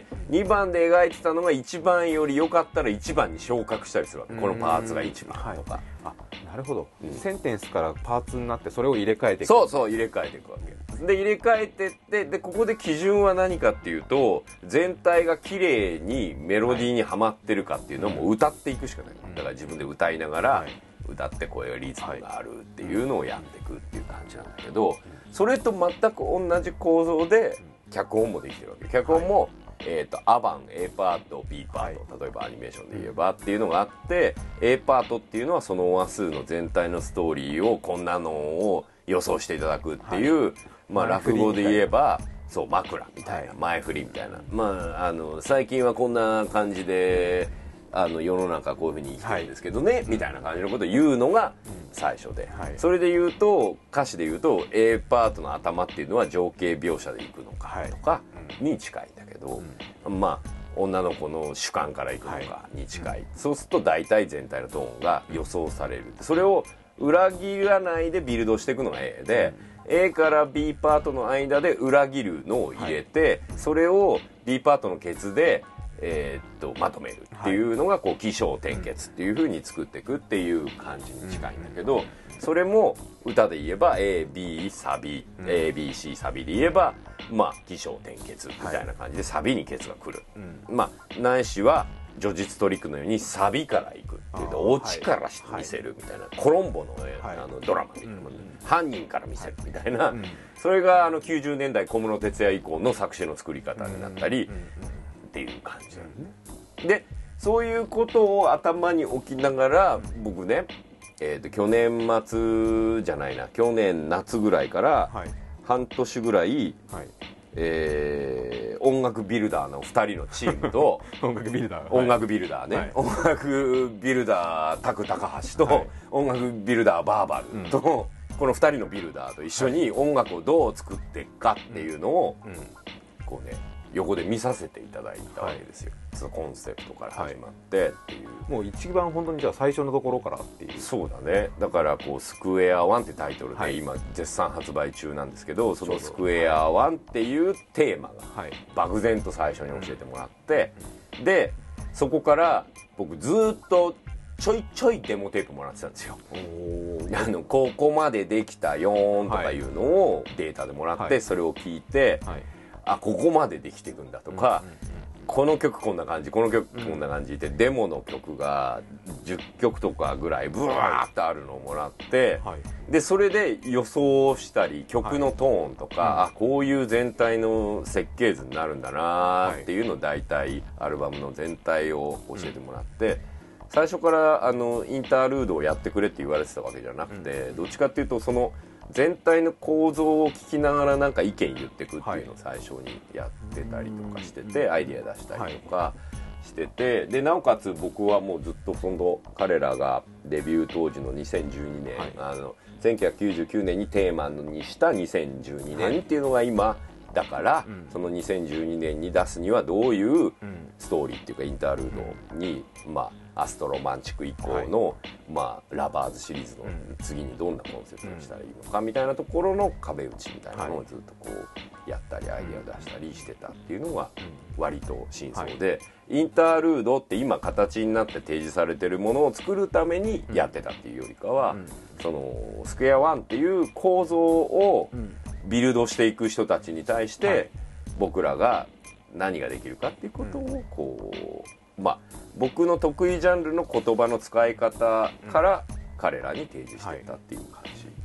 うん、にばんで描いてたのがいちばんより良かったらいちばんに昇格したりするわけ、このパーツがいちばんとか、はい、 あなるほど、うん、センテンスからパーツになってそれを入れ替えていくそうそう入れ替えていくわけで入れ替えてってでここで基準は何かっていうと全体が綺麗にメロディーにはまってるかっていうのも歌っていくしかない、だから自分で歌いながら歌ってこういうリズムがあるっていうのをやっていくっていう感じなんだけど、それと全く同じ構造で脚本もできてるわけ。脚本も、えーと、アバン A パート B パート、例えばアニメーションで言えばっていうのがあって、 A パートっていうのはその話数の全体のストーリーをこんなのを予想していただくっていう、はい、まあ落語で言えばそう枕みたいな、前振りみたいな、まああの最近はこんな感じであの世の中こういうふうに生きてるんですけどね、はい、みたいな感じのことを言うのが最初で、はい、それで言うと歌詞で言うと A パートの頭っていうのは情景描写でいくのかとかに近いんだけど、うん、まあ女の子の主観からいくのかに近い、はい、そうすると大体全体のトーンが予想される。それを裏切らないでビルドしていくのが A で、うん、A から B パートの間で裏切るのを入れて、はい、それを B パートのケツでえー、っとまとめるっていうのがこう起承転結っていう風に作っていくっていう感じに近いんだけど、それも歌で言えば エービー サビ、うん、エービーシー サビで言えばまあ起承転結みたいな感じでサビにケツが来る、うん、まあないしは叙述トリックのようにサビからいくっていうとオチから見せるみたいな、はい、コロンボの、はい、あのドラマみたいな、うん、犯人から見せるみたいな、うん、それがあのきゅうじゅうねんだい小室哲哉以降の作詞の作り方になったり、うんうんうんっていう感じなんね。でそういうことを頭に置きながら僕ね、えー、と去年末じゃないな去年夏ぐらいから半年ぐらい、はいえー、音楽ビルダーのふたりのチームと音楽ビルダー、 音楽ビルダーね、はい、音楽ビルダータク高橋と、はい、音楽ビルダーバーバルと、うん、このふたりのビルダーと一緒に音楽をどう作っていくかっていうのを、うんうん、こうね横で見させていただいたわけですよ、はい、そのコンセプトから始まってっていう、はい、 もう一番本当にじゃあ最初のところからっていう。 そうだね。だからこうスクエアワンってタイトルで今絶賛発売中なんですけど、はい、そのスクエアワンっていうテーマが漠然と最初に教えてもらって、はい、でそこから僕ずっとちょいちょいデモテープもらってたんですよ。あのここまでできたよーんとかいうのをデータでもらって、はい、それを聞いて、はいあここまでできていくんだとか、うんうんうん、この曲こんな感じこの曲こんな感じで、うん、デモの曲がじゅっきょくとかぐらいブワーッとあるのをもらって、はい、でそれで予想したり曲のトーンとか、はい、あこういう全体の設計図になるんだなっていうのを大体アルバムの全体を教えてもらって、うん、最初からあのインタールードをやってくれって言われてたわけじゃなくて、うん、どっちかっていうとその全体の構造を聞きながらなんか意見言っていくっていうのを最初にやってたりとかしてて、はい、アイディア出したりとかしてて、はい、でなおかつ僕はもうずっとその彼らがデビュー当時のにせんじゅうにねん、はい、あのせんきゅうひゃくきゅうじゅうきゅうねんにテーマにしたにせんじゅうにねんっていうのが今、はい、だから、うん、そのにせんじゅうにねんに出すにはどういうストーリーっていうかインタールードに、うん、まあアストロマンチック以降の、はいまあ、ラバーズシリーズの次にどんなコンセプトにしたらいいのかみたいなところの壁打ちみたいなのをずっとこうやったりアイデアを出したりしてたっていうのが割と真相で、はい、インタールードって今形になって提示されてるものを作るためにやってたっていうよりかは、うん、そのスクエアワンっていう構造をビルドしていく人たちに対して、はい、僕らが何ができるかっていうことをこうまあ、僕の得意ジャンルの言葉の使い方から彼らに提示してたっていう感じなんですよね。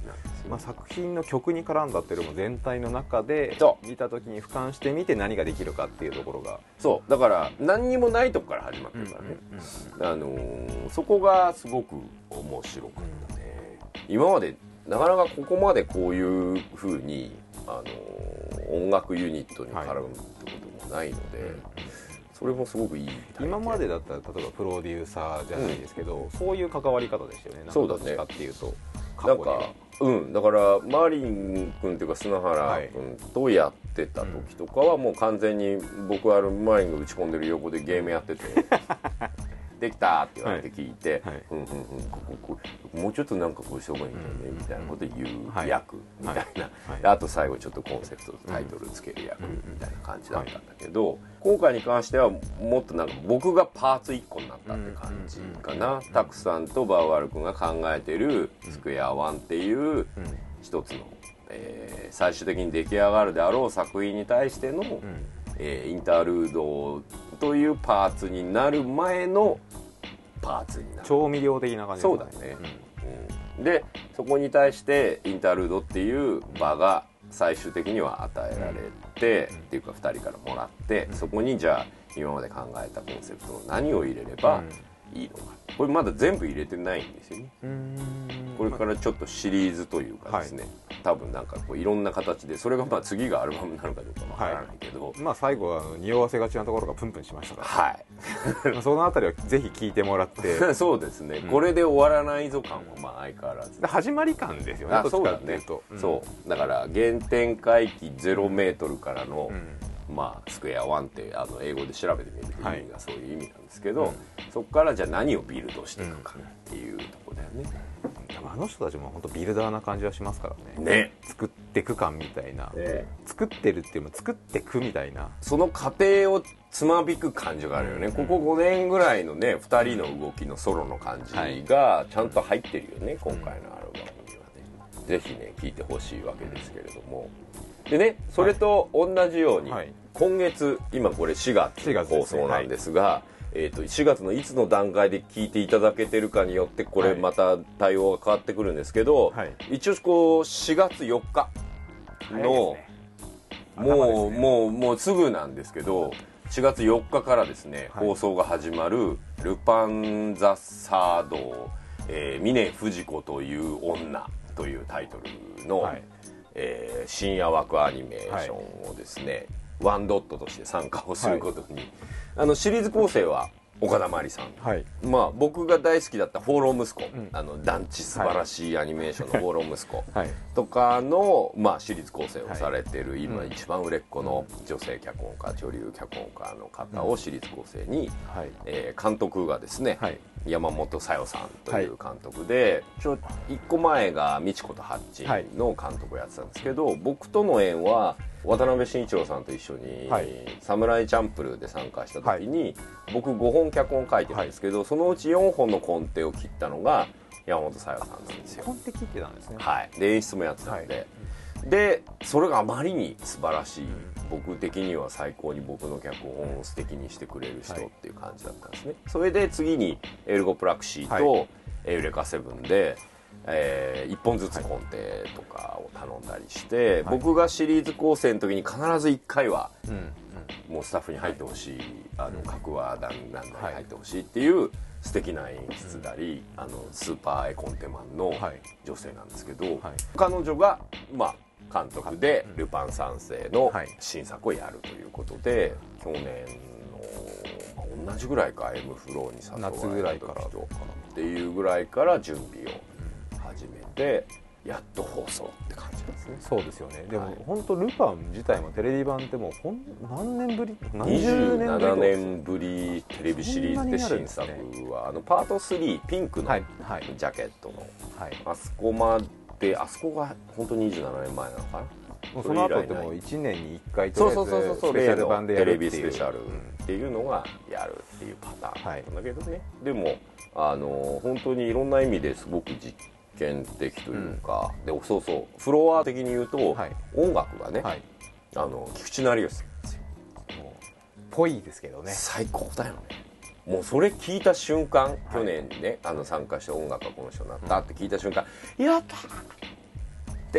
まあ、作品の曲に絡んだっていうよりも全体の中で見た時に俯瞰してみて何ができるかっていうところが、 そうだから何にもないとこから始まってるからね、あのー、そこがすごく面白かったね、うん、今までなかなかここまでこういう風にあのー、音楽ユニットに絡むってこともないので、はい、それもすごくいい。 今までだったら例えばプロデューサーじゃないですけど、うん、そういう関わり方でしたよね。 そうだね。 どっちかっていうとなんかうんだからマリン君っていうか砂原君とやってた時とかはもう完全に僕はあのマリンが打ち込んでる横でゲームやっててできたって言われて聞いて、はいはい、うんうんうんここここもうちょっとなんかこうした方がいいんだよね、うん、みたいなこと言う役みたいな、はいはい、あと最後ちょっとコンセプトとタイトルつける役みたいな感じだったんだけど、はい、今回に関してはもっとなんか僕がパーツいっこになったって感じかな、うん、タクさんとバウアル君が考えてるスクエアワンっていう一つの、えー、最終的に出来上がるであろう作品に対しての、うんえー、インタールードというパーツになる前のパーツになる調味料的な感じですかね。そうだね、うんうん、でそこに対してインタールードっていう場が最終的には与えられて、うん、っていうかふたりからもらって、うん、そこにじゃあ今まで考えたコンセプトの何を入れればいいのか、これまだ全部入れてないんですよね。うーんこれからちょっとシリーズというかですね、はい、多分なんかこういろんな形でそれがまあ次がアルバムになるかどうかわからないけど、はい、 まあ最後は匂わせがちなところがプンプンしましたから、 はいそのあたりはぜひ聞いてもらってそうですね、うん、これで終わらないぞ感はまあ相変わらず始まり感ですよね。 あそうだね、うん、そうだから原点回帰ゼロメートルからの、うん、まあスクエアワンってあの英語で調べてみると意味がそういう意味なんですけど、はい、そこからじゃあ何をビルドしていくかっていうところだよね。 あの人たちも本当ビルダーな感じはしますからね。 ね作っていく感みたいな、ね、作ってるっていうのも作っていくみたいなその過程をつまびく感じがあるよね、うん、ここごねんぐらいのねふたりの動きのソロの感じがちゃんと入ってるよね、うん、今回のアルバムにはね。ぜひね聴いてほしいわけですけれども、でねそれと同じように、はい、今月今これしがつの放送なんですが、えー、としがつのいつの段階で聞いていただけてるかによってこれまた対応が変わってくるんですけど、はい、一応こうしがつよっかの、ね、もう、ね、もうもうすぐなんですけどしがつよっかからですね、はい、放送が始まる「ルパン・ザ・サード、えー、峰不二子という女」というタイトルの、はいえー、深夜枠アニメーションをですね、はいワンドットとして参加をすることに、はい、あのシリーズ構成は岡田真理さん、はい、まあ僕が大好きだった「放浪息子」うん、あの団地素晴らしいアニメーションの「放浪息子」とかの、まあ、シリーズ構成をされている、はい、今一番売れっ子の女性脚本家女流脚本家の方をシリーズ構成に、うんはいえー、監督がですね、はい山本小夜さんという監督で、はい、ちょいっこまえが美智子とハッチの監督をやってたんですけど、はい、僕との縁は渡辺慎一郎さんと一緒に、はい、サムライチャンプルーで参加した時に、はい、僕ごほん脚本書いてるんですけど、はい、そのうちよんほんのコンテを切ったのが山本小夜さんなんですよ。 コンテ切ってたんですね。 はい、で演出もやってたので、はいでそれがあまりに素晴らしい、うん、僕的には最高に僕の脚本を素敵にしてくれる人っていう感じだったんですね、はい、それで次にエルゴプラクシーと、はい、エウレカセブンで、えー、いっぽんずつコンテとかを頼んだりして、はい、僕がシリーズ構成の時に必ずいっかいは、うんうん、もうスタッフに入ってほしい、はい、あの各話なんなんに入ってほしいっていう素敵な演出だり、うん、あのスーパーエコンテマンの女性なんですけど、はい、彼女がまあ監督でルパン三世の新作をやるということで、去年の、まあ、同じぐらいか M フローに誘われた夏ぐらいからっていうぐらいから準備を始めてやっと放送って感じですね。 そうですよね。でも、はい、本当ルパン自体もテレビ版ってもうほん何年ぶり何十年ぶりにじゅうななねんぶりテレビシリーズで新作は、ね、あのパートスリーピンクのジャケットの、はいはい、あそこまであそこが本当ににじゅうななねんまえなのかな。 もうその後でもいちねんにいっかいとりあえずスペシャル版でやるっていうテレビスペシャルっていうのがやるっていうパターンなんだけどね、はい、でもあの本当にいろんな意味ですごく実験的というか、うん、でそうそうフロア的に言うと、はい、音楽がね、はい、あの菊池成吉さんですよ。 ぽいですけどね。 最高だよね。もうそれ聞いた瞬間、去年ね、あの参加して音楽がこの人になったって聞いた瞬間、うん、やった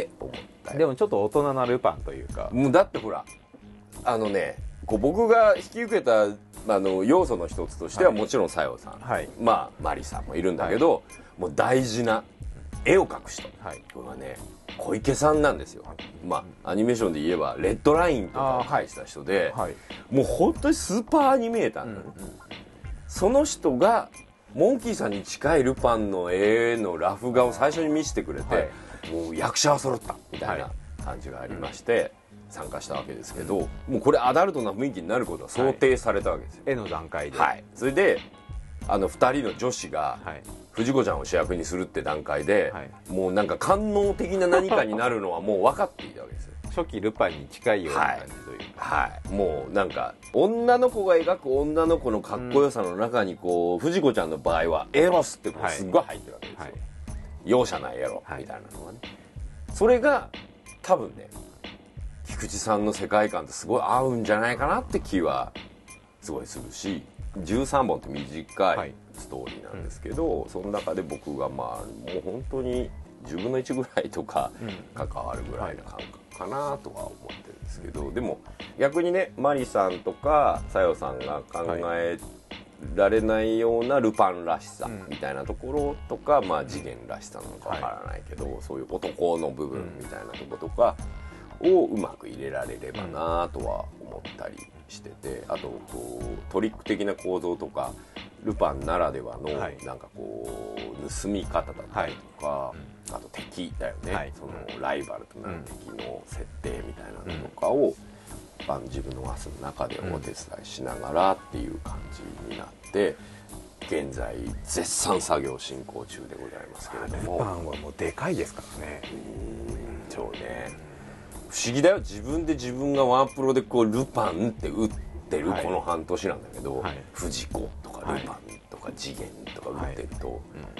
はい、でもちょっと大人なルパンというか、 もうだってほらあのねこう僕が引き受けたあの要素の一つとしてはもちろん小夜さん、はい、まあマリさんもいるんだけど、はい、もう大事な絵を描く人、はい、これはね小池さんなんですよ、はい、まあアニメーションで言えばレッドラインとかを描いてた人で、はい、もう本当にスーパーアニメーターなの、うんうん、その人がモンキーさんに近いルパンの絵のラフ画を最初に見せてくれて、はい、もう役者は揃ったみたいな感じがありまして、参加したわけですけど、もうこれアダルトな雰囲気になることは想定されたわけですよ、 はい、絵の段階で、 はい、それであのふたりの女子が、はい、藤子ちゃんを主役にするって段階で、はい、もうなんか官能的な何かになるのはもう分かっていたわけですよ初期ルパンに近いような感じというか、 はい、はい、もうなんか女の子が描く女の子のかっこよさの中にこう、うん、藤子ちゃんの場合はエロスってこうすっごい入ってるわけですよ、はい、容赦ないエロみたいなのがね、はい、それが多分ね菊池さんの世界観とすごい合うんじゃないかなって気はすごいするし、じゅうさんぼんって短いストーリーなんですけど、はい、うん、その中で僕がまあもう本当にじゅうぶんのいちぐらいとか関わるぐらいの感覚かなとは思ってるんですけど、でも逆にねマリさんとか小夜さんが考えられないようなルパンらしさみたいなところとか、まあ次元らしさなのかわからないけど、そういう男の部分みたいなところとかをうまく入れられればなとは思ったりしてて、あとこうトリック的な構造とかルパンならではのなんかこう盗み方だったりとか、はい、あと敵だよね、はい、そのライバルとなる敵の設定みたいなのとかを、うん、自分のマスの中でお手伝いしながらっていう感じになって、現在絶賛作業進行中でございますけれども、 ルパンはもうでかいですからね。 うん、そうね、不思議だよ、自分で自分がワープロでこうルパンって打ってるこの半年なんだけど、はい、藤子とかルパンとか次元とか打ってると、はい、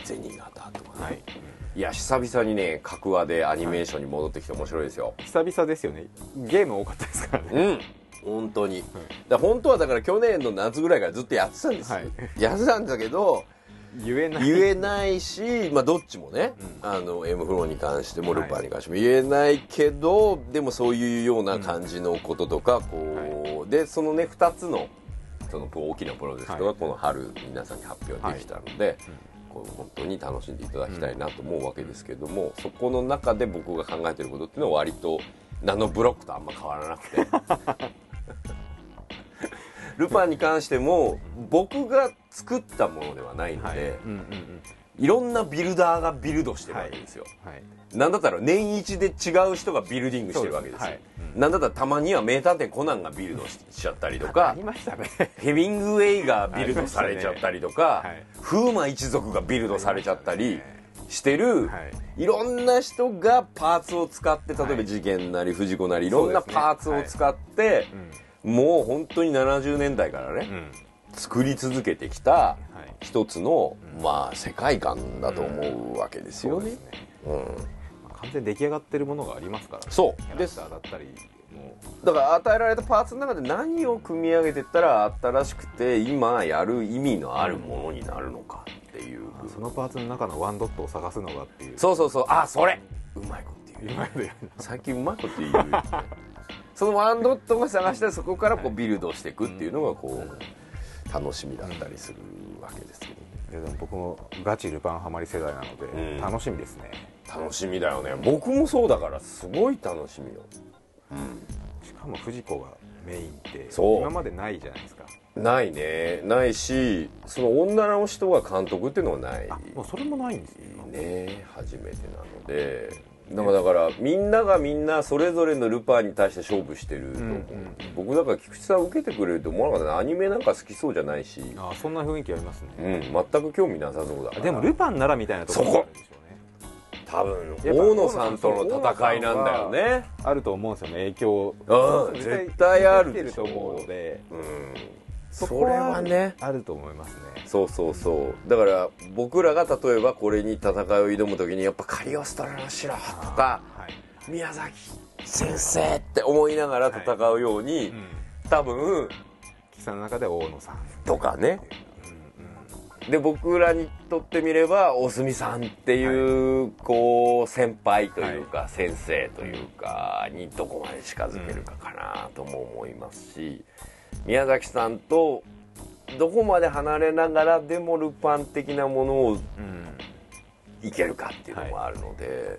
銭形とかね、はい、いや久々にね格話でアニメーションに戻ってきて面白いですよ、 はい、久々ですよね。ゲーム多かったですからね。 うん、本当に、はい、だ本当はだから去年の夏ぐらいからずっとやってたんですよ、はい、やってたんだけど言えない、 言えないし、まあ、どっちもね、うん、あの M フローに関してもルパンに関しても言えないけど、はい、でもそういうような感じのこととか、うん、こう、はい、でそのねふたつのその大きなプロジェクトがこの春皆さんに発表できたので、はい、こう本当に楽しんでいただきたいなと思うわけですけども、うん、そこの中で僕が考えていることっていうのは割とナノブロックとあんま変わらなくてルパンに関しても僕が作ったものではないので、はい、うんうんうん、いろんなビルダーがビルドしてるわけですよ、はいはい、なんだったら年一で違う人がビルディングしてるわけですよ、はい、うん、なんだったらたまには名探偵コナンがビルド し, しちゃったりとか、 ありましたね、 ヘミングウェイがビルドされちゃったりとか、ね、はい、風魔一族がビルドされちゃったりしてる、はい、いろんな人がパーツを使って、例えば次元なり藤子なりいろんなパーツを使って、はい、うん、もう本当にななじゅうねんだいからね、うん、作り続けてきた一つの、うん、まあ世界観だと思うわけですよね。うん、そうですね、うん、 完全に出来上がってるものがありますからね。 そうキャラクターだったりもうだから与えられたパーツの中で何を組み上げていったら新しくて今やる意味のあるものになるのかっていう、 うん、そのパーツの中のワンドットを探すのがっていう。 そうそうそう、あ、それうまいこと言う、うまいこと言う最近うまいこと言うよ、ね、そのワンドットが探してそこからこうビルドしていくっていうのがこう、うん、楽しみだったりするわけですけどね。 いやでも僕もガチルパンハマり世代なので、うん、楽しみですね。 楽しみだよね。僕もそうだからすごい楽しみよ、 うん、しかも藤子がメインって今までないじゃないですか。 ないね、ないし、その女の人が監督っていうのはない。 あ、もうそれもないんですよね、初めてなので、だからだからみんながみんなそれぞれのルパンに対して勝負してると思う、うんうん、僕だから菊池さん受けてくれると思わなかったね。アニメなんか好きそうじゃないし、 あ、そんな雰囲気ありますね、 うん、全く興味なさそうだから。 でもルパンならみたいなところがあるんでしょうね。 多分大野さんとの戦いなんだよね。 あると思うんですよね、影響、 うん、絶対あるでしょう。と思うので、うん、 それはねあると思いますね。 そうそうそう、だから僕らが例えばこれに戦いを挑む時にやっぱカリオストロの城とか、はい、宮崎先生って思いながら戦うように、はい、うん、多分岸さんの中で大野さんとかね、 で僕らにとってみれば大隅さんっていう、はい、こう先輩というか、はい、先生というかにどこまで近づけるかかなとも思いますし、うん、宮崎さんとどこまで離れながらでもルパン的なものを、うん、いけるかっていうのもあるので、はい、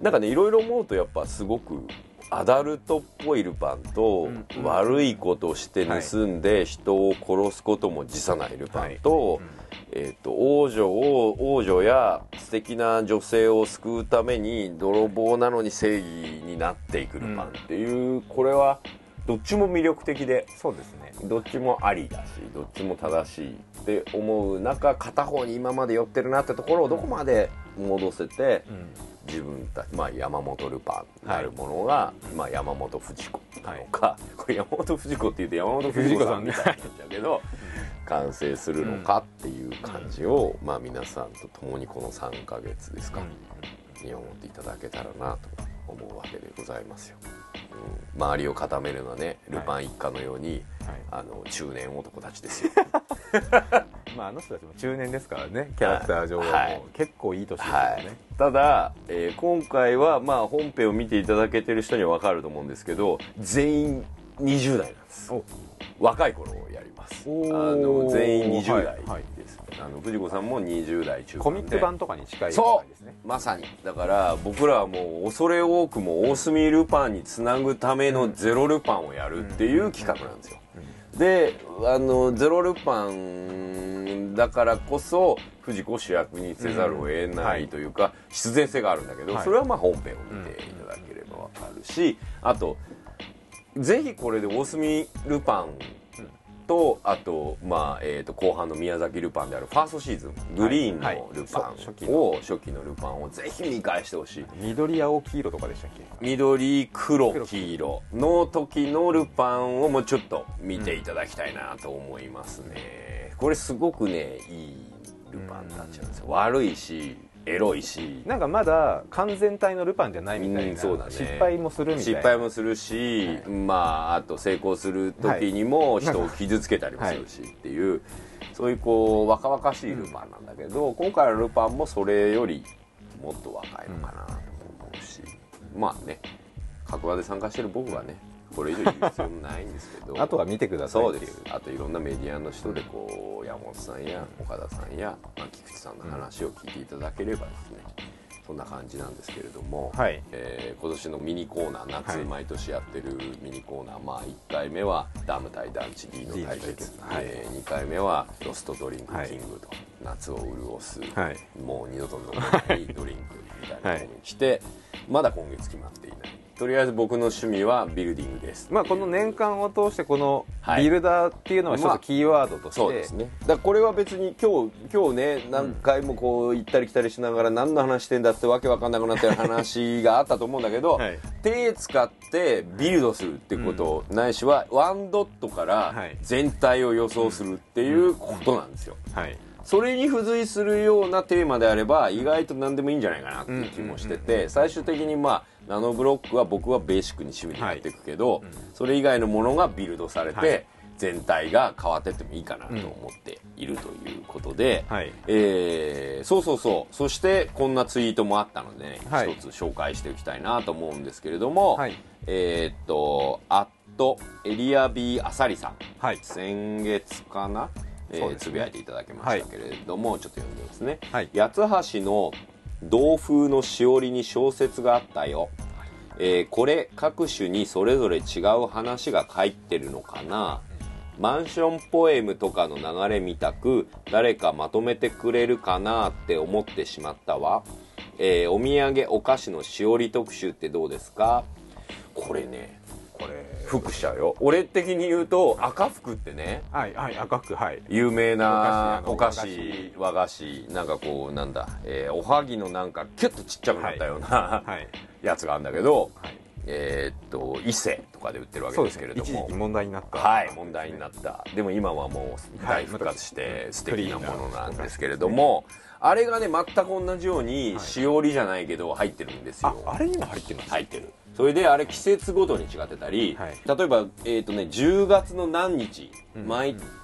なんかねいろいろ思うとやっぱすごくアダルトっぽいルパンと、うん、悪いことをして盗んで人を殺すことも辞さないルパンと、はい、えーと、王女を王女や素敵な女性を救うために泥棒なのに正義になっていくルパンっていう、うん、これはどっちも魅力的で、 そうですね、 どっちもありだしどっちも正しいって思う中、片方に今まで寄ってるなってところをどこまで戻せて、うん、自分たち、まあ、山本ルパンなるものが、はい、まあ、山本富士子なのか、はい、これ山本富士子って言うと山本富士子さんみたいになっちゃうけど完成するのかっていう感じを、うん、まあ、皆さんと共にこのさんかげつですか、うん、見守っていただけたらなと思うわけでございますよ。うん、周りを固めるのはねルパン一家のように、はい、あの中年男たちですよまあ、あの人たちも中年ですからね、キャラクター上はもう、はい、結構いい年ですよね、はい、 ただ、えー、今回はまあ本編を見ていただけてる人には分かると思うんですけど、全員にじゅう代なんです。若い頃をやります。あの全員にじゅう代です、はいはい、あの藤子さんもにじゅう代中盤でコミック版とかに近いそうですね、まさにだから僕らはもう恐れ多くも大隅ルパンにつなぐためのゼロルパンをやるっていう企画なんですよ。で、あのゼロルパンだからこそ藤子主役にせざるを得ないというか、うんはい、必然性があるんだけど、はい、それはまあ本編を見ていただければわかるし、あとぜひこれで大隅ルパンと、あと、まあえー、と後半の宮崎ルパンであるファーストシーズングリーンのルパンを、はい、初期のルパンをぜひ見返してほしい。 緑青黄色とかでしたっけ？ 緑黒黄色の時のルパンをもうちょっと見ていただきたいなと思いますね。これすごくねいいルパンになっちゃうんですよ。悪いしエロいし、 なんかまだ完全体のルパンじゃないみたいな、うん、そうだね、失敗もするみたいな、 失敗もするし、はい、まああと成功する時にも人を傷つけたりもするしっていう、はい、そういうこう若々しいルパンなんだけど、うん、今回のルパンもそれよりもっと若いのかなと思うし、うん、まあね角話で参加してる僕はねこれ以上言う必要もないんですけどあとは見てくださいっていう。 そうです。あといろんなメディアの人でこう山本さんや岡田さんや、まあ、菊池さんの話を聞いていただければですね、うん、そんな感じなんですけれども、はい、えー、今年のミニコーナー夏、はい、毎年やってるミニコーナー、まあいっかいめはダム対団地 D の対決、はい、えー、にかいめはロストドリンクキングと、はい、夏を潤す、はい、もう二度と飲めないドリンクみたいなものにして、はい、まだ今月決まっていない。とりあえず僕の趣味はビルディングです。 まあこの年間を通してこのビルダーっていうのは一つキーワードとして、 まあ、そうですね。だからこれは別に今日今日ね何回もこう行ったり来たりしながら何の話してんだってわけわかんなくなってる話があったと思うんだけど、はい、手使ってビルドするってこと、うん、ないしはワンドットから全体を予想するっていうことなんですよ。はい。それに付随するようなテーマであれば意外と何でもいいんじゃないかなっていう気もしてて、最終的にまあナノブロックは僕はベーシックに趣味になっていくけど、はい、それ以外のものがビルドされて、はい、全体が変わってってもいいかなと思っているということで、はい、えー、そうそうそうそしてこんなツイートもあったので、ね、はい、一つ紹介しておきたいなと思うんですけれども、はい、えー、っとアットエリアビーあさりさん、はい、先月かな、えーね、つぶやいていただきましたけれども、はい、ちょっと読んでますね、はい、八つ橋の同風のしおりに小説があったよ、えー、これ各種にそれぞれ違う話が書いてるのかな。マンションポエムとかの流れみたく誰かまとめてくれるかなって思ってしまったわ、えー、お土産お菓子のしおり特集ってどうですか。これねこれ服者よ。俺的に言うと赤福ってね、 はいはい、赤福、はい、 有名なお菓子和菓子なんかこうなんだ、えー、おはぎのなんかキュッとちっちゃくなったような、はいはい、やつがあるんだけど、はい、えー、っと伊勢とかで売ってるわけですけれども、 一時期問題になった、 はい問題になった。でも今はもう大復活して素敵なものなんですけれども、あれがね全く同じようにしおりじゃないけど入ってるんですよ。 あ、あれにも入ってるんですか。 入ってる。それであれ季節ごとに違ってたり、はい、例えば、えーとね、じゅうがつの何日、うん、毎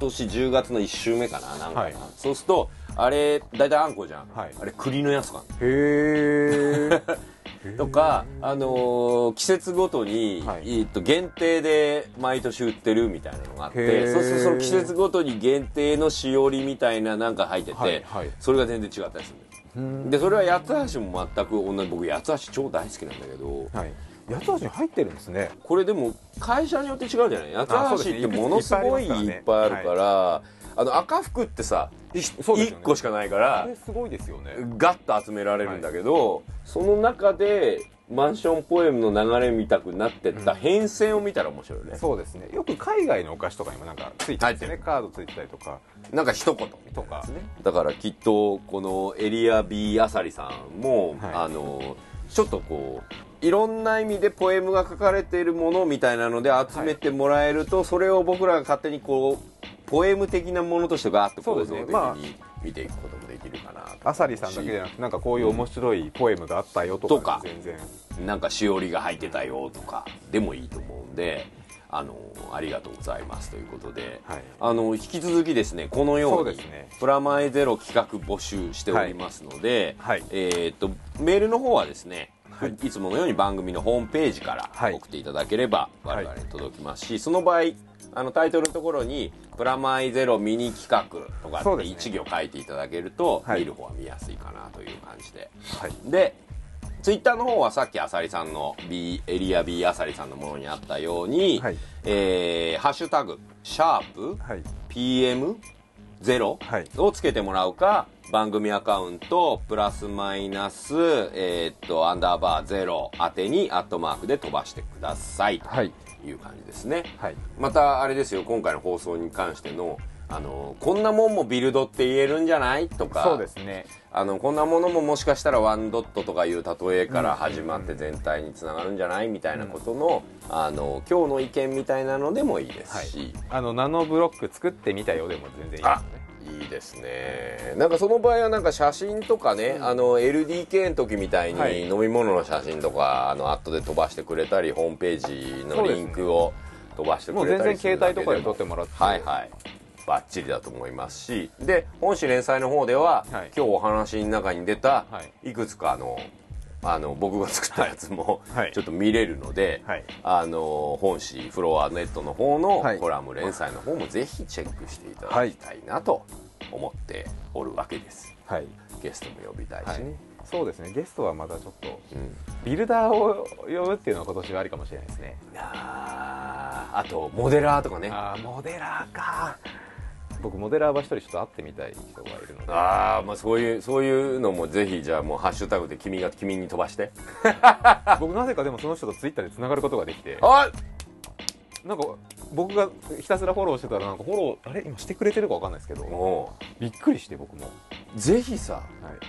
年じゅうがつのいっ週目かななんかな、はい、そうするとあれ大体あんこじゃん、はい、あれ栗のやつかへえとか、あのー、季節ごとに、はい、えっと限定で毎年売ってるみたいなのがあって、そうするとその季節ごとに限定のしおりみたいななんか入ってて、はいはい、それが全然違ったりするんです。でそれは八つ橋も全く同じ。僕八つ橋超大好きなんだけど、はい、 八つ橋に入ってるんですね。 これでも会社によって違うじゃない。八つ橋ってものすごいいっぱいあるから、はい、あの赤福ってさいっこしかないからあれすごいですよね。 ガッと集められるんだけど、はい、その中でマンションポエムの流れ見たくなってった変遷を見たら面白いよね、 うん、そうですね。よく海外のお菓子とかにもなんかついてますね。カードついてたりとかなんか一言とか、ね、だからきっとこのエリア B あさりさんも、はい、あのちょっとこういろんな意味でポエムが書かれているものみたいなので集めてもらえると、はい、それを僕らが勝手にこうポエム的なものとしてガーッと構造的に見ていくこともできるかなと。 あさりさんだけじゃなくてなんかこういう面白いポエムがあったよとか、とか全然なんかしおりが入ってたよとかでもいいと思うんで、あのありがとうございますということで、はい、あの引き続きですねこのようにプラマイゼロ企画募集しておりますので、はいはい、えー、っとメールの方はですね、はい、いつものように番組のホームページから送っていただければ我々に届きますし、その場合あのタイトルのところにプラマイゼロミニ企画とかっていち行書いていただけると、ね、見る方は見やすいかなという感じで、はい、でツイッターの方はさっきあさりさんの B エリア B あさりさんのものにあったように、はい、えー、ハッシュタグシャープ、はい、ピーエムゼロ をつけてもらうか、番組アカウントプラスマイナス、えー、っとアンダーバーゼロ宛てにアットマークで飛ばしてください、はい、という感じですね、はい、またあれですよ、今回の放送に関してのあのこんなもんもビルドって言えるんじゃないとか、 そうですね、 あのこんなものももしかしたらワンドットとかいう例えから始まって全体につながるんじゃないみたいなことの、うん、あの今日の意見みたいなのでもいいですし、はい、 あのナノブロック作ってみたよでも全然いいですね。 いいですね。なんかその場合はなんか写真とかね、うん、あの エルディーケー の時みたいに飲み物の写真とか、はい、あのアットで飛ばしてくれたりホームページのリンクを飛ばしてくれたりするだけでも、 もう全然携帯とかで撮ってもらって、 はいはい、バッチリだと思いますし、で本誌連載の方では、はい、今日お話の中に出た、はい、いくつかのあの僕が作ったやつも、はい、ちょっと見れるので、はい、あの本誌フロアネットの方のコラム連載の方もぜひチェックしていただきたいなと思っておるわけです、はい、ゲストも呼びたいしね、はい、 そうですね、ゲストはまたちょっと、うん、ビルダーを呼ぶっていうのは今年はありかもしれないですね。 ああとモデラーとかね。 あモデラーか。僕モデラーは一人ちょっと会ってみたい人がいるので、 ああ、まあそういうそういうのもぜひじゃあもうハッシュタグで君が君に飛ばして僕なぜかでもその人とツイッターでつながることができて、 あなんか僕がひたすらフォローしてたらなんかフォローあれ今してくれてるかわかんないですけど、びっくりして僕もぜひさ、はい、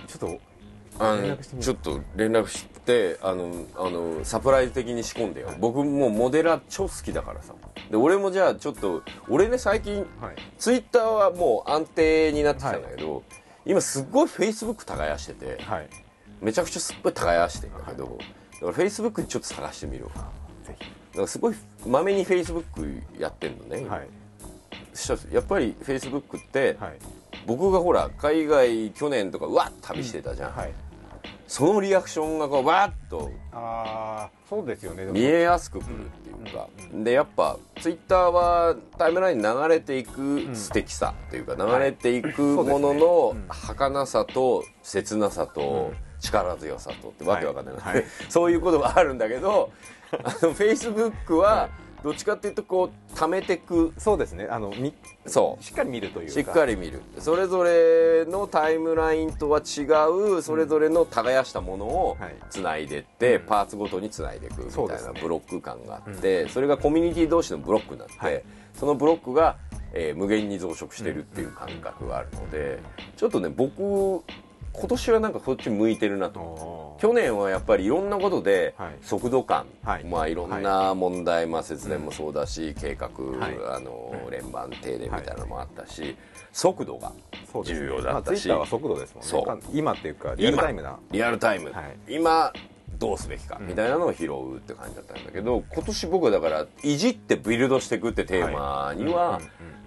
ちょっとあのちょっと連絡してあのあのサプライズ的に仕込んでよ、はい、僕もうモデラー超好きだからさ。で俺もじゃあちょっと俺ね最近、はい、ツイッターはもう安定になってきたんだけど、はい、今すっごいフェイスブック耕してて、はい、めちゃくちゃすっごい耕してるんだけど、はい、だからフェイスブックにちょっと探してみるわ。ぜひ。だからすごいまめにフェイスブックやってんのね、はい、そしたらやっぱりフェイスブックって、はい、僕がほら海外去年とかうわっ旅してたじゃん、うん、はい、そのリアクションがこうわっとあそうですよね、 見えやすくくるっていうか、うんうん、でやっぱツイッターはタイムラインに流れていく素敵さっていうか、流れていくものの儚さと切なさと力強さとってわけわかんない、はいはい、そういうことがあるんだけどあのフェイスブックはどっちかっていうとこう溜めてく、 そうですね、あのみそうしっかり見るというか、 しっかり見る、それぞれのタイムラインとは違うそれぞれの耕したものをつないでって、うん、パーツごとにつないでいくみたいなブロック感があって、 そ,、ね、それがコミュニティ同士のブロックになって、はい、そのブロックが、えー、無限に増殖してるっていう感覚があるので、ちょっとね僕今年はなんかこっち向いてるなと。去年はやっぱりいろんなことで速度感、はい、まあいろんな問題、はい、まあ節電もそうだし、うん、計画、はい、あの連番停電みたいなのもあったし、はい、速度が重要だったし、 ツイッターは速度ですもんね。そう今っていうかリアルタイムなリアルタイム、はい、今どうすべきかみたいなのを拾うって感じだったんだけど、今年僕はだからいじってビルドしていくってテーマには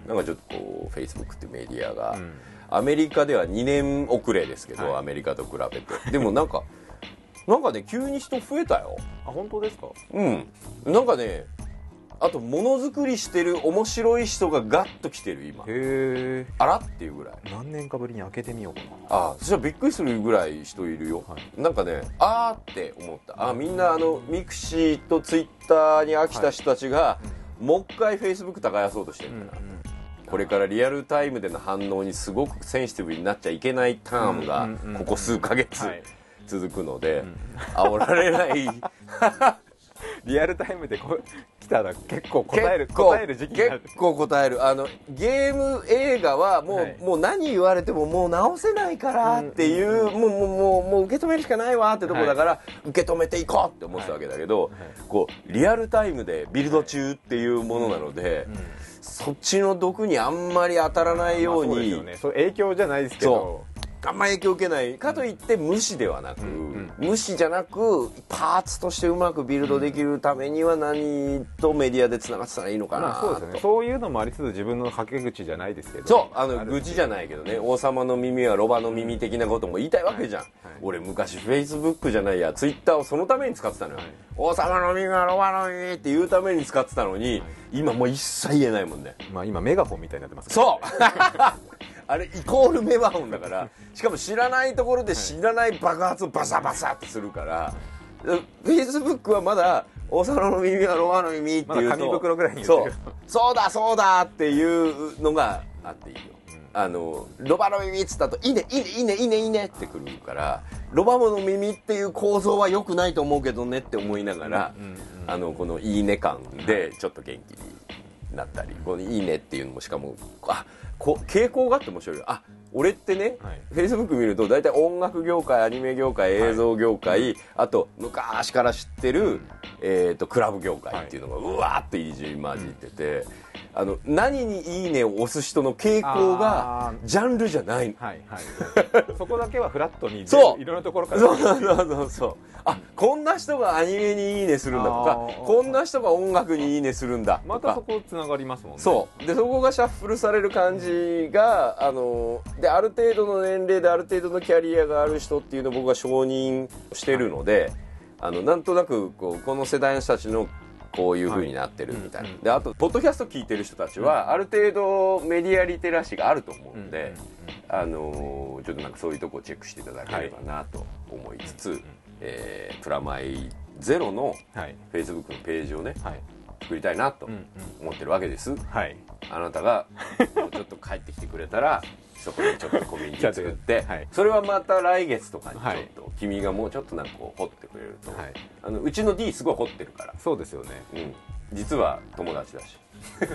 なんかちょっとこうフェイスブックっていうメディアが、うん、アメリカではにねん遅れですけど、はい、アメリカと比べてでもなんかなんかね急に人増えたよ。 あ、本当ですか？ うん、なんかね、あとものづくりしてる面白い人がガッと来てる今。 へー、 あらっていうぐらい。 何年かぶりに開けてみようかな。 ああ、そしたらびっくりするぐらい人いるよ、はい、なんかね、あーって思った。あ、みんなあのミクシーとツイッターに飽きた人たちが、はい、もう一回フェイスブック耕そうとしてるんだな、うんうん、これからリアルタイムでの反応にすごくセンシティブになっちゃいけないタームがここ数ヶ月続くので、煽られないリアルタイムでこ来たら結構答える答える時期になる。 結構答える。あのゲーム映画はもう、はい、もう何言われてももう直せないからっていう、うん、もうもうもうもう受け止めるしかないわってとこだから、はい、受け止めていこうって思ってたわけだけど、はいはい、こうリアルタイムでビルド中っていうものなので、うんうん、そっちの毒にあんまり当たらないように、まあ、そうですよね。 そう影響じゃないですけど、 あんまり影響を受けないかといって無視ではなく、うんうん、無視じゃなくパーツとしてうまくビルドできるためには何とメディアでつながってたらいいのかな、まあ、 そうですね。そういうのもありつつ自分のはけ口じゃないですけど、 そうあの愚痴じゃないけどね、王様の耳はロバの耳的なことも言いたいわけじゃん、はいはい、俺昔フェイスブックじゃないやツイッターをそのために使ってたのよ、はい、王様の耳はロバの耳って言うために使ってたのに、はい、今もう一切言えないもんね。 まあ今メガホンみたいになってますね。 そうあれイコールメガホンだからしかも知らないところで知らない爆発をバサバサってするから、フェイスブックはまだ王様の耳はロバの耳っていうと、ま、 紙袋ぐらいに言ってる。 そうそうだそうだっていうのがあっていいよ、うん、あのロバの耳っつったといいねいいねいいねいいねいいねってくるから、ロバの耳っていう構造は良くないと思うけどねって思いながら、うんうんうん、あのこのいいね感でちょっと元気になったり、このいいねっていうのもしかもあこ傾向があって面白いよ。あ、俺ってね、はい、Facebook 見ると大体音楽業界、アニメ業界、映像業界、はい、あと昔から知ってる、うん、えーとクラブ業界っていうのがうわーっていじ混じってて、うん、あの何にいいねを押す人の傾向がジャンルじゃない、 はいはい、そこだけはフラットにそういろんなところからそうそうそうそう、あ、こんな人がアニメにいいねするんだとか、こんな人が音楽にいいねするんだとか、 またそこつながりますもんね。 そうでそこがシャッフルされる感じが、あのである程度の年齢である程度のキャリアがある人っていうのを僕は承認してるので、あのなんとなくこうこの世代の人たちのこういう風になってるみたいな、はい、であとポッドキャスト聞いてる人たちはある程度メディアリテラシーがあると思うんで、あのちょっとなんかそういうとこをチェックしていただければなと思いつつ、はい、えー、プラマイゼロの Facebook のページをね、はい、作りたいなと思ってるわけです、はい、あなたがもうちょっと帰ってきてくれたらそこにちょっとコミュニティ作って、はい、それはまた来月とかにちょっと、はい、君がもうちょっとなんかこう掘ってくれると、はい、あのうちの D すごい掘ってるから。 そうですよね、 うん、実は友達だし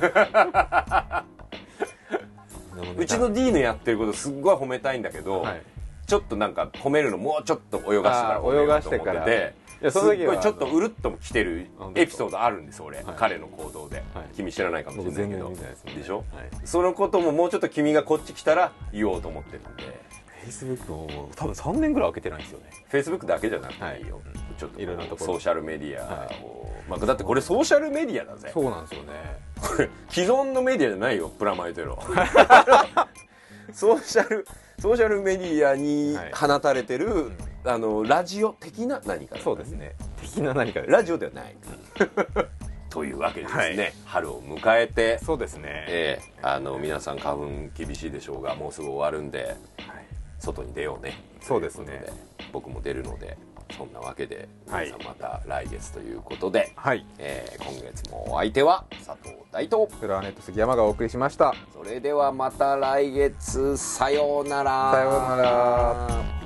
うちの D のやってることすっごい褒めたいんだけど、はい、ちょっとなんか褒めるのもうちょっと泳がしてから褒めようと思ってて、いやその時はすっごいちょっとうるっとも来てるエピソードあるんです俺、はい、彼の行動で、はい、君知らないかもしれないけど、で, でしょ、はい、そのことももうちょっと君がこっち来たら言おうと思ってるんで。 Facebook も多分さんねんぐらい開けてないんですよね。 Facebook だけじゃなくていいよ、はい、ちょっといろんなところソーシャルメディアを、はい、まあ、だってこれソーシャルメディアだぜ。 そうなんですよね。 これ既存のメディアじゃないよ、プラマイゼロソーシャルソーシャルメディアに放たれてる、はい、うん、あのラジオ的な何か、ね、 そうですね、的な何かです、 ラジオではないというわけでですね、はい、春を迎えて、 そうですね、 えー、あの皆さん花粉厳しいでしょうがもうすぐ終わるんで、はい、外に出ようね。 そうですね、 僕も出るので、そんなわけで皆さんまた来月ということで、はい、えー、今月もお相手は佐藤大とフロアネット杉山がお送りしました。 それではまた来月、さようなら。 さようなら。